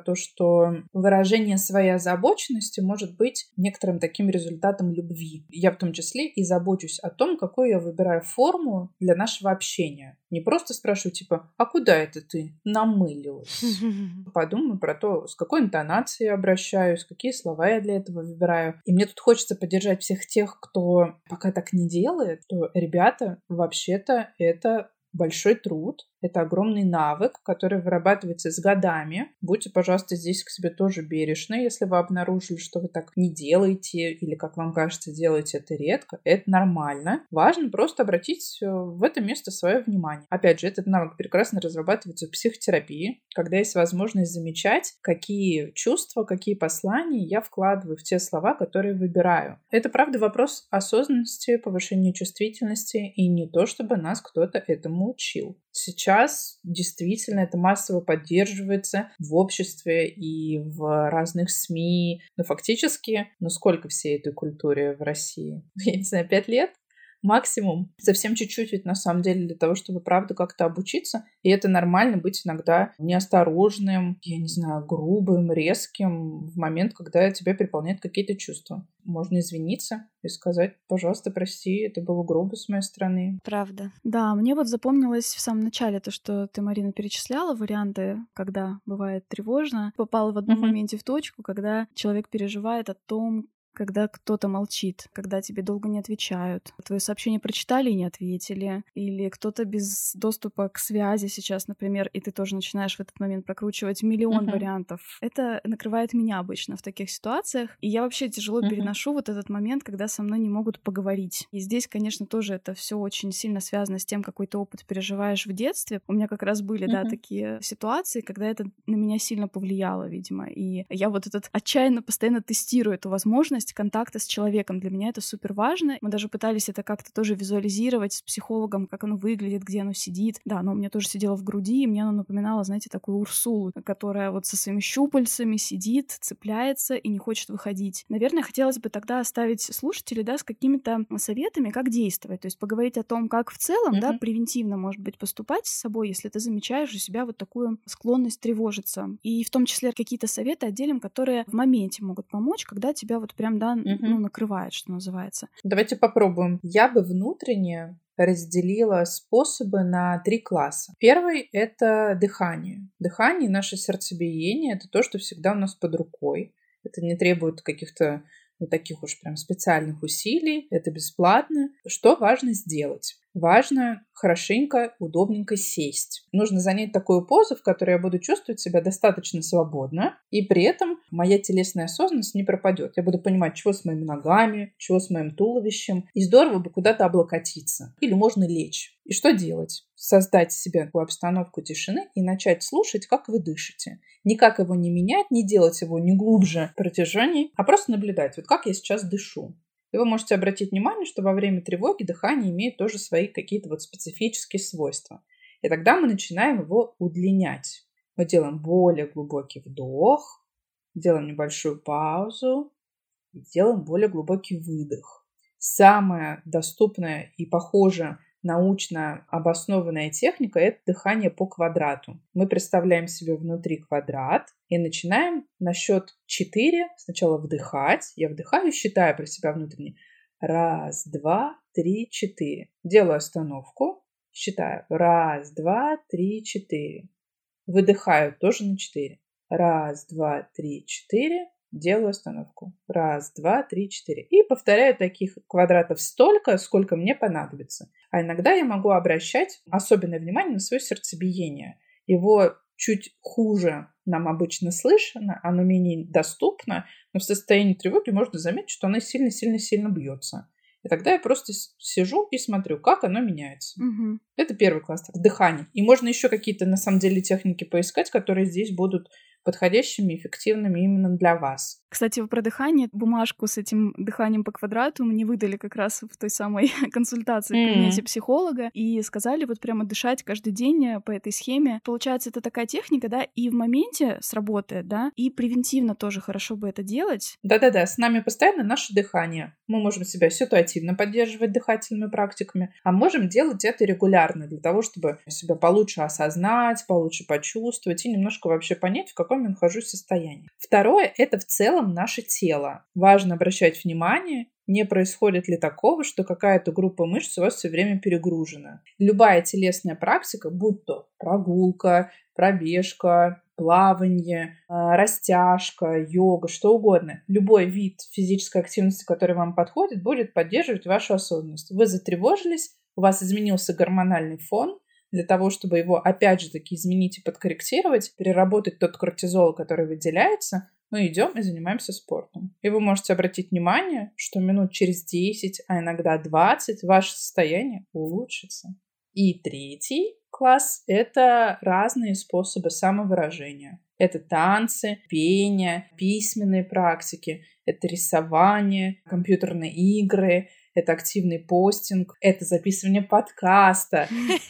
C: то, что выражение своей озабоченности может быть некоторым таким результатом любви. Я в том числе и забочусь о том, какую я выбираю форму для нашего общения. Не просто спрашиваю, типа, а куда это ты намылилась? Подумаю про то, с какой интонацией я обращаюсь, какие слова я для этого выбираю. И мне тут хочется поддержать всех тех, кто пока так не делает, то, ребята, вообще-то это большой труд, это огромный навык, который вырабатывается с годами. Будьте, пожалуйста, здесь к себе тоже бережны, если вы обнаружили, что вы так не делаете или, как вам кажется, делаете это редко. Это нормально. Важно просто обратить в это место свое внимание. Опять же, этот навык прекрасно разрабатывается в психотерапии, когда есть возможность замечать, какие чувства, какие послания я вкладываю в те слова, которые выбираю. Это, правда, вопрос осознанности, повышения чувствительности, и не то, чтобы нас кто-то этому учил. Сейчас действительно это массово поддерживается в обществе и в разных СМИ. Но фактически, ну сколько всей этой культуре в России? Я не знаю, пять лет? Максимум. Совсем чуть-чуть ведь на самом деле для того, чтобы правда как-то обучиться. И это нормально быть иногда неосторожным, я не знаю, грубым, резким в момент, когда тебя переполняют какие-то чувства. Можно извиниться и сказать, пожалуйста, прости, это было грубо с моей стороны.
A: Правда.
B: Да, мне вот запомнилось в самом начале то, что ты, Марина, перечисляла варианты, когда бывает тревожно. Попала в одном
C: Мгм.
B: моменте в точку, когда человек переживает о том, когда кто-то молчит, когда тебе долго не отвечают, твое сообщение прочитали и не ответили, или кто-то без доступа к связи сейчас, например, и ты тоже начинаешь в этот момент прокручивать миллион
C: Мгм.
B: вариантов. Это накрывает меня обычно в таких ситуациях, и я вообще тяжело
C: Мгм.
B: переношу вот этот момент, когда со мной не могут поговорить. И здесь, конечно, тоже это все очень сильно связано с тем, какой ты опыт переживаешь в детстве. У меня как раз были, да,
C: Мгм.
B: такие ситуации, когда это на меня сильно повлияло, видимо, и я вот этот отчаянно постоянно тестирую эту возможность контакта с человеком. Для меня это супер важно. Мы даже пытались это как-то тоже визуализировать с психологом, как оно выглядит, где оно сидит. Да, оно у меня тоже сидело в груди, и мне оно напоминало, знаете, такую Урсулу, которая вот со своими щупальцами сидит, цепляется и не хочет выходить. Наверное, хотелось бы тогда оставить слушателей, да, с какими-то советами, как действовать. То есть поговорить о том, как в целом, да,
C: Мгм.
B: превентивно, может быть, поступать с собой, если ты замечаешь у себя вот такую склонность тревожиться. И в том числе какие-то советы отделим, которые в моменте могут помочь, когда тебя вот прям, да, ну,
C: Мгм.
B: накрывает, что называется.
C: Давайте попробуем. Я бы внутренне разделила способы на три класса. Первый — это дыхание. Дыхание и наше сердцебиение — это то, что всегда у нас под рукой. Это не требует каких-то ну, таких уж прям специальных усилий. Это бесплатно. Что важно сделать? Важно хорошенько, удобненько сесть. Нужно занять такую позу, в которой я буду чувствовать себя достаточно свободно, и при этом моя телесная осознанность не пропадет. Я буду понимать, чего с моими ногами, чего с моим туловищем, и здорово бы куда-то облокотиться. Или можно лечь. И что делать? Создать себе такую обстановку тишины и начать слушать, как вы дышите. Никак его не менять, не делать его не глубже протяжений, а просто наблюдать, вот как я сейчас дышу. И вы можете обратить внимание, что во время тревоги дыхание имеет тоже свои какие-то вот специфические свойства. И тогда мы начинаем его удлинять. Мы делаем более глубокий вдох, делаем небольшую паузу и делаем более глубокий выдох. Самая доступная и похожая научно обоснованная техника — это дыхание по квадрату. Мы представляем себе внутри квадрат и начинаем на счет четыре сначала вдыхать. Я вдыхаю, считаю про себя внутренне. Раз, два, три, четыре. Делаю остановку, считаю. Раз, два, три, четыре. Выдыхаю тоже на четыре. Раз, два, три, четыре. Делаю остановку. Раз, два, три, четыре. И повторяю таких квадратов столько, сколько мне понадобится. А иногда я могу обращать особенное внимание на свое сердцебиение. Его чуть хуже нам обычно слышно, оно менее доступно, но в состоянии тревоги можно заметить, что оно сильно-сильно-сильно бьется. И тогда я просто сижу и смотрю, как оно меняется.
B: Угу.
C: Это первый кластер, дыхание. И можно еще какие-то, на самом деле, техники поискать, которые здесь будут подходящими, эффективными именно для вас.
B: Кстати, про дыхание, бумажку с этим дыханием по квадрату мне выдали как раз в той самой консультации в кабинете
C: М.
B: психолога, и сказали вот прямо дышать каждый день э, по этой схеме. Получается, это такая техника, да, и в моменте сработает, да, и превентивно тоже хорошо бы это делать.
C: Да-да-да, с нами постоянно наше дыхание. Мы можем себя ситуативно поддерживать дыхательными практиками, а можем делать это регулярно для того, чтобы себя получше осознать, получше почувствовать и немножко вообще понять, в каком я нахожусь состоянии. Второе — это в целом наше тело. Важно обращать внимание, не происходит ли такого, что какая-то группа мышц у вас все время перегружена. Любая телесная практика, будь то прогулка, пробежка, плавание, а, растяжка, йога, что угодно. Любой вид физической активности, который вам подходит, будет поддерживать вашу осознанность. Вы затревожились, у вас изменился гормональный фон. Для того, чтобы его опять же таки изменить и подкорректировать, переработать тот кортизол, который выделяется, мы идем и занимаемся спортом. И вы можете обратить внимание, что минут через десять, а иногда двадцать, ваше состояние улучшится. И третий класс — это разные способы самовыражения. Это танцы, пение, письменные практики, это рисование, компьютерные игры, это активный постинг, это записывание подкаста.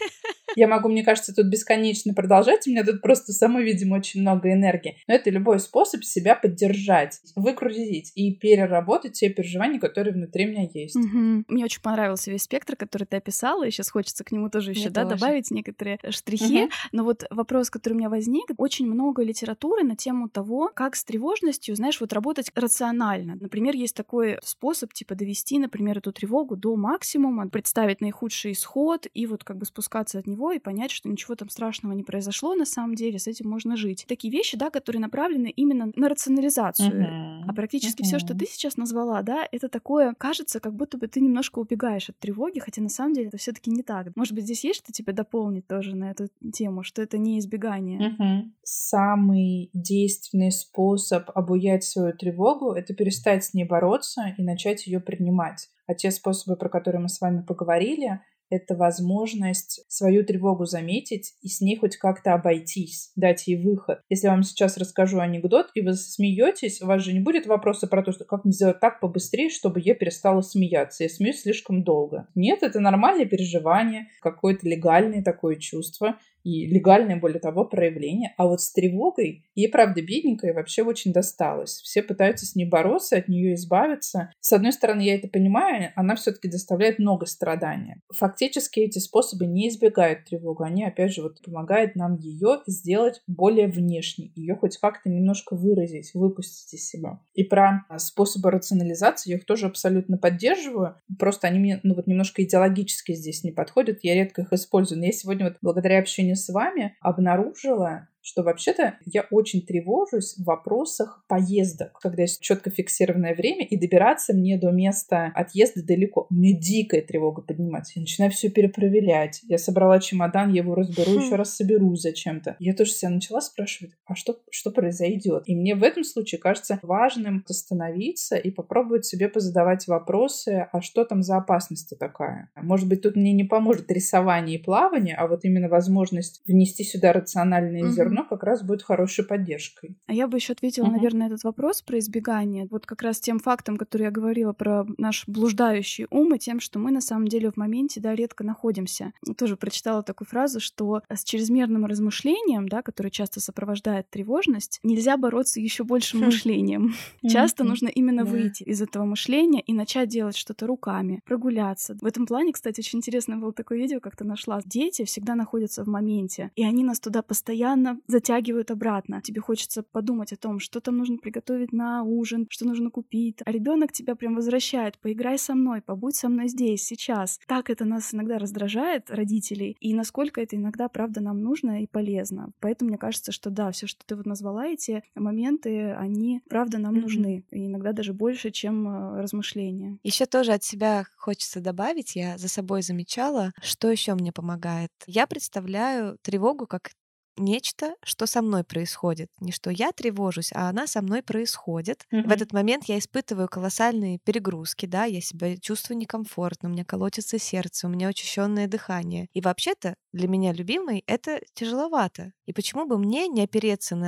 C: Я могу, мне кажется, тут бесконечно продолжать. У меня тут просто самой, видимо, очень много энергии. Но это любой способ себя поддержать, выгрузить и переработать те переживания, которые внутри меня есть.
B: Мгм. Мне очень понравился весь спектр, который ты описала, и сейчас хочется к нему тоже еще,
A: Мне
B: да,
A: тоже.
B: добавить некоторые штрихи.
C: Мгм.
B: Но вот вопрос, который у меня возник, очень много литературы на тему того, как с тревожностью, знаешь, вот работать рационально. Например, есть такой способ, типа, довести, например, эту тревогу до максимума, представить наихудший исход и вот как бы спускаться от него и понять, что ничего там страшного не произошло на самом деле, с этим можно жить. Такие вещи, да, которые направлены именно на рационализацию. А
C: Мгм.
B: практически все, что
C: Мгм.
B: ты сейчас назвала, да, это такое, кажется, как будто бы ты немножко убегаешь от тревоги, хотя на самом деле это все-таки не так. Может быть, здесь есть что тебе дополнить тоже на эту тему, что это не избегание?
C: Мгм. Самый действенный способ обуять свою тревогу — это перестать с ней бороться и начать ее принимать. А те способы, про которые мы с вами поговорили, это возможность свою тревогу заметить и с ней хоть как-то обойтись, дать ей выход. Если я вам сейчас расскажу анекдот, и вы смеетесь, у вас же не будет вопроса про то, что как мне сделать так побыстрее, чтобы я перестала смеяться. Я смеюсь слишком долго. Нет, это нормальное переживание, какое-то легальное такое чувство и легальное, более того, проявление. А вот с тревогой ей, правда, бедненькая вообще очень досталось. Все пытаются с ней бороться, от нее избавиться. С одной стороны, я это понимаю, она все-таки доставляет много страдания. Фактически эти способы не избегают тревогу. Они, опять же, вот помогают нам ее сделать более внешней, ее хоть как-то немножко выразить, выпустить из себя. И про способы рационализации я их тоже абсолютно поддерживаю. Просто они мне, ну, вот немножко идеологически здесь не подходят. Я редко их использую. Но я сегодня вот благодаря общению с вами обнаружила, что вообще-то я очень тревожусь в вопросах поездок, когда есть четко фиксированное время, и добираться мне до места отъезда далеко. Мне дикая тревога поднимается. Я начинаю все перепроверять. Я собрала чемодан, я его разберу, еще раз соберу зачем-то. Я тоже себя начала спрашивать, а что, что произойдет? И мне в этом случае кажется важным остановиться и попробовать себе позадавать вопросы, а что там за опасность такая? Может быть, тут мне не поможет рисование и плавание, а вот именно возможность внести сюда рациональное
B: Мгм.
C: зерно как раз будет хорошей поддержкой.
B: А я бы еще ответила,
C: Мгм.
B: наверное, на этот вопрос про избегание. Вот как раз тем фактом, который я говорила про наш блуждающий ум, и тем, что мы на самом деле в моменте, да, редко находимся. Тоже прочитала такую фразу, что с чрезмерным размышлением, да, которое часто сопровождает тревожность, нельзя бороться еще большим
A: Хм.
B: мышлением. Часто
C: Мгм.
B: нужно именно
C: Да.
B: выйти из этого мышления и начать делать что-то руками, прогуляться. В этом плане, кстати, очень интересно было такое видео, как ты нашла. Дети всегда находятся в моменте, и они нас туда постоянно затягивают обратно. Тебе хочется подумать о том, что там нужно приготовить на ужин, что нужно купить. А ребенок тебя прям возвращает. Поиграй со мной, побудь со мной здесь, сейчас. Так это нас иногда раздражает, родителей, и насколько это иногда, правда, нам нужно и полезно. Поэтому мне кажется, что да, все, что ты вот назвала, эти моменты, они, правда, нам
C: Мгм.
B: нужны. И иногда даже больше, чем э, размышления.
A: Еще тоже от себя хочется добавить, я за собой замечала, что еще мне помогает. Я представляю тревогу как нечто, что со мной происходит. Не что я тревожусь, а она со мной происходит. В
C: Мгм.
A: этот момент я испытываю колоссальные перегрузки, да, я себя чувствую некомфортно, у меня колотится сердце, у меня учащенное дыхание. И вообще-то для меня любимой это тяжеловато. И почему бы мне не опереться на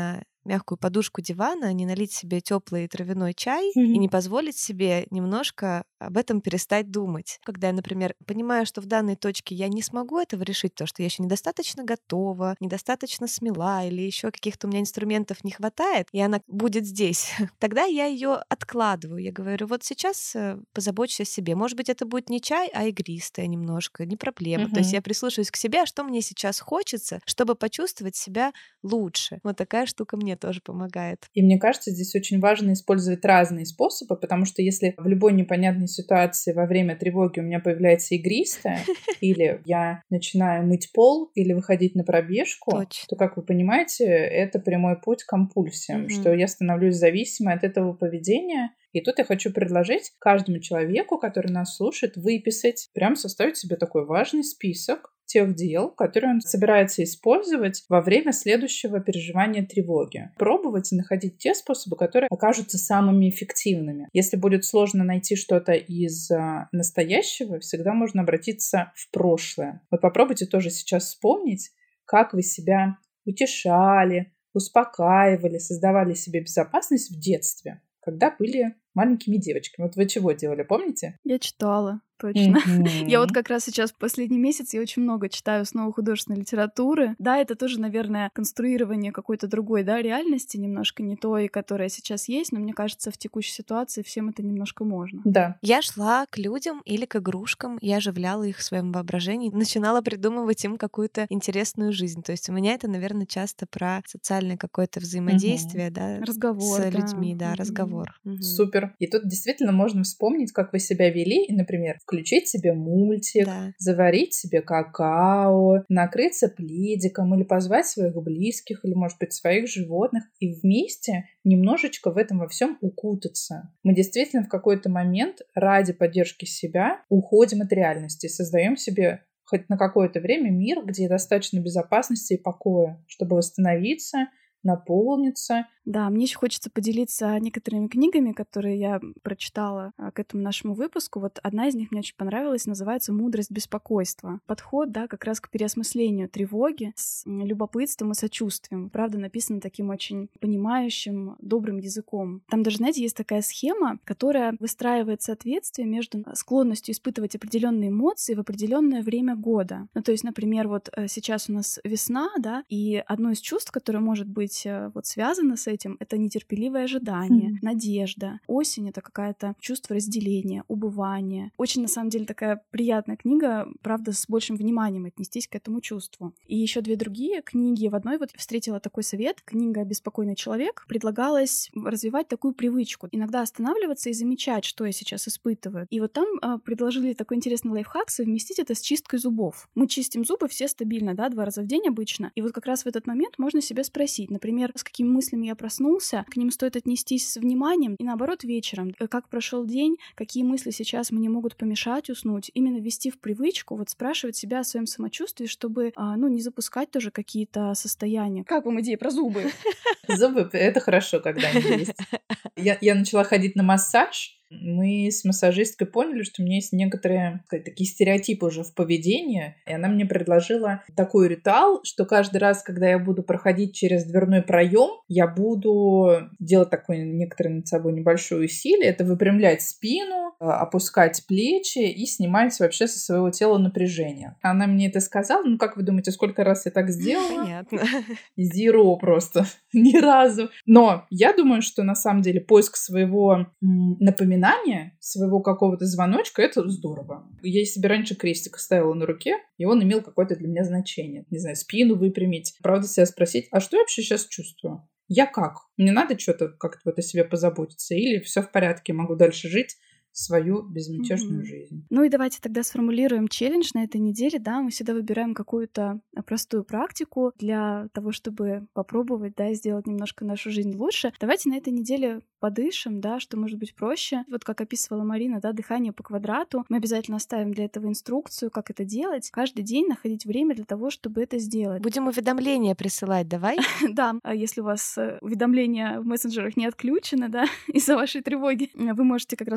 A: мягкую подушку дивана, не налить себе теплый травяной чай и не позволить себе немножко об этом перестать думать. Когда я, например, понимаю, что в данной точке я не смогу этого решить, то, что я еще недостаточно готова, недостаточно смела или еще каких-то у меня инструментов не хватает, и она будет здесь, тогда я ее откладываю. Я говорю, вот сейчас э, позабочься о себе. Может быть, это будет не чай, а игристое немножко, не проблема. То есть я
C: Мгм.
A: прислушиваюсь к себе, а что мне сейчас хочется, чтобы почувствовать себя лучше. Вот такая штука мне тоже помогает.
C: И мне кажется, здесь очень важно использовать разные способы, потому что если в любой непонятной ситуации во время тревоги у меня появляется игристое, или я начинаю мыть пол, или выходить на пробежку,
A: Точно.
C: то, как вы понимаете, это прямой путь к компульсиям, что
A: Мгм.
C: я становлюсь зависимой от этого поведения. И тут я хочу предложить каждому человеку, который нас слушает, выписать, прям составить себе такой важный список тех дел, которые он собирается использовать во время следующего переживания тревоги. Пробовать и находить те способы, которые окажутся самыми эффективными. Если будет сложно найти что-то из а, настоящего, всегда можно обратиться в прошлое. Вот попробуйте тоже сейчас вспомнить, как вы себя утешали, успокаивали, создавали себе безопасность в детстве, когда были маленькими девочками. Вот вы чего делали, помните?
B: Я читала, точно. Я вот
C: Мгм.
B: как раз сейчас в последний месяц я очень много читаю снова художественной литературы. Да, это тоже, наверное, конструирование какой-то другой, да, реальности, немножко не той, которая сейчас есть, но мне кажется, в текущей ситуации всем это немножко можно.
C: Да.
A: Я шла к людям или к игрушкам, я оживляла их в своем воображении, начинала придумывать им какую-то интересную жизнь. То есть у меня это, наверное, часто про социальное какое-то
C: Мгм.
A: взаимодействие, да,
B: Разговор,
A: с
B: да.
A: людьми, да,
B: Мгм.
A: разговор. Мгм.
C: Супер. И тут действительно можно вспомнить, как вы себя вели, и, например, включить себе мультик,
A: Да.
C: заварить себе какао, накрыться пледиком или позвать своих близких, или, может быть, своих животных, и вместе немножечко в этом во всем укутаться. Мы действительно в какой-то момент ради поддержки себя уходим от реальности, создаем себе хоть на какое-то время мир, где достаточно безопасности и покоя, чтобы восстановиться, наполниться.
B: Да, мне еще хочется поделиться некоторыми книгами, которые я прочитала а, к этому нашему выпуску. Вот одна из них мне очень понравилась, называется «Мудрость беспокойства». Подход, да, как раз к переосмыслению тревоги с м, любопытством и сочувствием. Правда, написано таким очень понимающим, добрым языком. Там даже, знаете, есть такая схема, которая выстраивает соответствие между склонностью испытывать определенные эмоции в определенное время года. Ну, то есть, например, вот э, сейчас у нас весна, да, и одно из чувств, которое может быть э, вот связано с этим, это нетерпеливое ожидание,
C: Мгм.
B: надежда. Осень — это какое-то чувство разделения, убывания. Очень, на самом деле, такая приятная книга, правда, с большим вниманием отнестись к этому чувству. И еще две другие книги. В одной вот встретила такой совет. Книга «Беспокойный человек». Предлагалось развивать такую привычку. Иногда останавливаться и замечать, что я сейчас испытываю. И вот там а, предложили такой интересный лайфхак — совместить это с чисткой зубов. Мы чистим зубы все стабильно, да, два раза в день обычно. И вот как раз в этот момент можно себя спросить, например, с какими мыслями я проснулся, к ним стоит отнестись с вниманием, и наоборот вечером, э, как прошел день, какие мысли сейчас мне могут помешать уснуть, именно ввести в привычку, вот спрашивать себя о своем самочувствии, чтобы, а, ну, не запускать тоже какие-то состояния. Как вам идея про зубы?
C: Зубы — это хорошо, когда они есть. Я, я начала ходить на массаж. Мы с массажисткой поняли, что у меня есть некоторые сказать, такие стереотипы уже в поведении. И она мне предложила такой ритуал, что каждый раз, когда я буду проходить через дверной проем, я буду делать такое некоторое над собой небольшое усилие. Это выпрямлять спину, опускать плечи и снимать вообще со своего тела напряжение. Она мне это сказала. Ну, как вы думаете, сколько раз я так сделала?
A: Понятно.
C: Зеро просто. Ни разу. Но я думаю, что на самом деле поиск своего м, напоминания, своего какого-то звоночка — это здорово. Я себе раньше крестик ставила на руке, и он имел какое-то для меня значение. Не знаю, спину выпрямить. Правда, себя спросить, а что я вообще сейчас чувствую? Я как? Мне надо что-то как-то вот о себе позаботиться? Или все в порядке, могу дальше жить свою безмятежную
B: Мгм.
C: жизнь?
B: Ну и давайте тогда сформулируем челлендж на этой неделе, да, мы всегда выбираем какую-то а, простую практику для того, чтобы попробовать, да, и сделать немножко нашу жизнь лучше. Давайте на этой неделе подышим, да, что может быть проще. Вот как описывала Марина, да, дыхание по квадрату. Мы обязательно оставим для этого инструкцию, как это делать. Каждый день находить время для того, чтобы это сделать.
A: Будем уведомления присылать, давай.
B: Да, а если у вас э, уведомления в мессенджерах не отключены, да, из-за вашей тревоги, вы можете как раз получать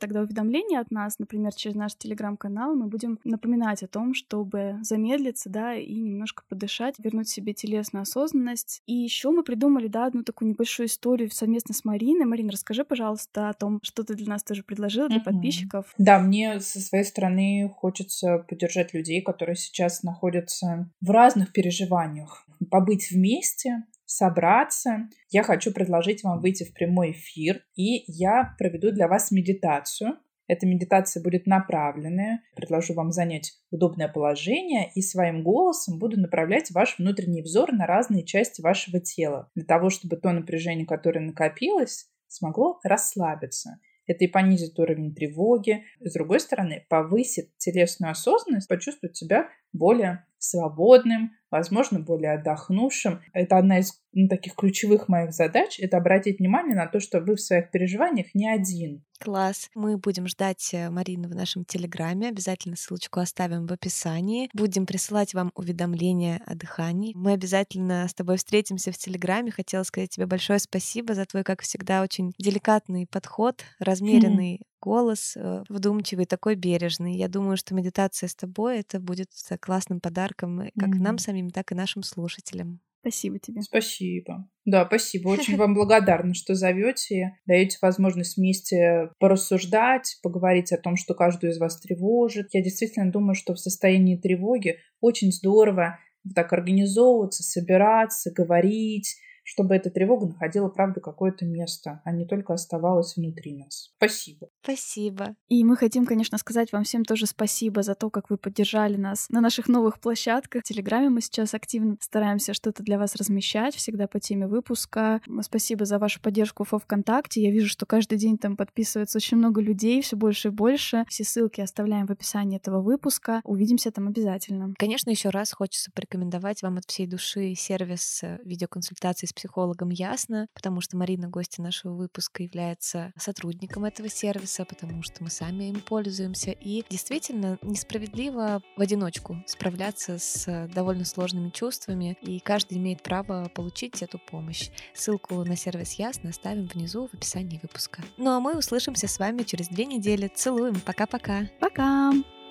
B: тогда уведомления от нас, например, через наш телеграм-канал, мы будем напоминать о том, чтобы замедлиться, да, и немножко подышать, вернуть себе телесную осознанность. И еще мы придумали, да, одну такую небольшую историю совместно с Мариной. Марина, расскажи, пожалуйста, о том, что ты для нас тоже предложила, для mm-hmm. подписчиков.
C: Да, мне со своей стороны хочется поддержать людей, которые сейчас находятся в разных переживаниях. Побыть вместе, собраться. Я хочу предложить вам выйти в прямой эфир, и я проведу для вас медитацию. Эта медитация будет направленная. Предложу вам занять удобное положение и своим голосом буду направлять ваш внутренний взор на разные части вашего тела, для того, чтобы то напряжение, которое накопилось, смогло расслабиться. Это и понизит уровень тревоги, и, с другой стороны, повысит телесную осознанность, почувствовать себя более свободным, возможно, более отдохнувшим. Это одна из ну, таких ключевых моих задач, это обратить внимание на то, что вы в своих переживаниях не один.
A: Класс. Мы будем ждать Марину в нашем телеграме. Обязательно ссылочку оставим в описании. Будем присылать вам уведомления о дыхании. Мы обязательно с тобой встретимся в телеграме. Хотела сказать тебе большое спасибо за твой, как всегда, очень деликатный подход, размеренный mm. голос, вдумчивый, такой бережный. Я думаю, что медитация с тобой — это будет классным подарком как mm. нам самим, так и нашим слушателям.
B: Спасибо тебе.
C: Спасибо. Да, спасибо. Очень вам благодарна, что зовете, даете возможность вместе порассуждать, поговорить о том, что каждую из вас тревожит. Я действительно думаю, что в состоянии тревоги очень здорово так организовываться, собираться, говорить, чтобы эта тревога находила, правда, какое-то место, а не только оставалась внутри нас. Спасибо.
A: Спасибо.
B: И мы хотим, конечно, сказать вам всем тоже спасибо за то, как вы поддержали нас на наших новых площадках. В Телеграме мы сейчас активно стараемся что-то для вас размещать, всегда по теме выпуска. Спасибо за вашу поддержку во ВКонтакте. Я вижу, что каждый день там подписывается очень много людей, все больше и больше. Все ссылки оставляем в описании этого выпуска. Увидимся там обязательно.
A: Конечно, еще раз хочется порекомендовать вам от всей души сервис видеоконсультаций с психологом «Ясно», потому что Марина, гостья нашего выпуска, является сотрудником этого сервиса, потому что мы сами им пользуемся. И действительно несправедливо в одиночку справляться с довольно сложными чувствами, и каждый имеет право получить эту помощь. Ссылку на сервис «Ясно» оставим внизу в описании выпуска. Ну а мы услышимся с вами через две недели. Целуем. Пока-пока.
B: Пока!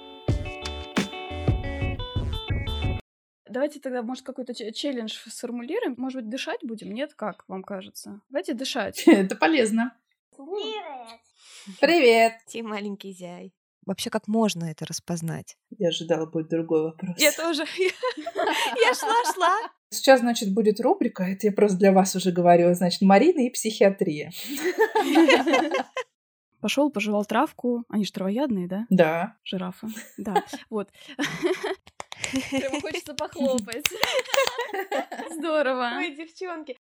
B: Давайте тогда, может, какой-то челлендж сформулируем. Может быть, дышать будем? Нет? Как вам кажется? Давайте дышать.
C: Это полезно.
D: Привет.
C: Привет.
A: Ты маленький зяй. Вообще, как можно это распознать?
C: Я ожидала, будет другой вопрос.
A: Я тоже. Я шла-шла.
C: Сейчас, значит, будет рубрика. Это я просто для вас уже говорю. Значит, Марина и психиатрия.
B: Пошел, пожевал травку. Они же травоядные, да?
C: Да.
B: Жирафы. Да, вот. Прямо хочется похлопать. Здорово.
A: Ой, девчонки.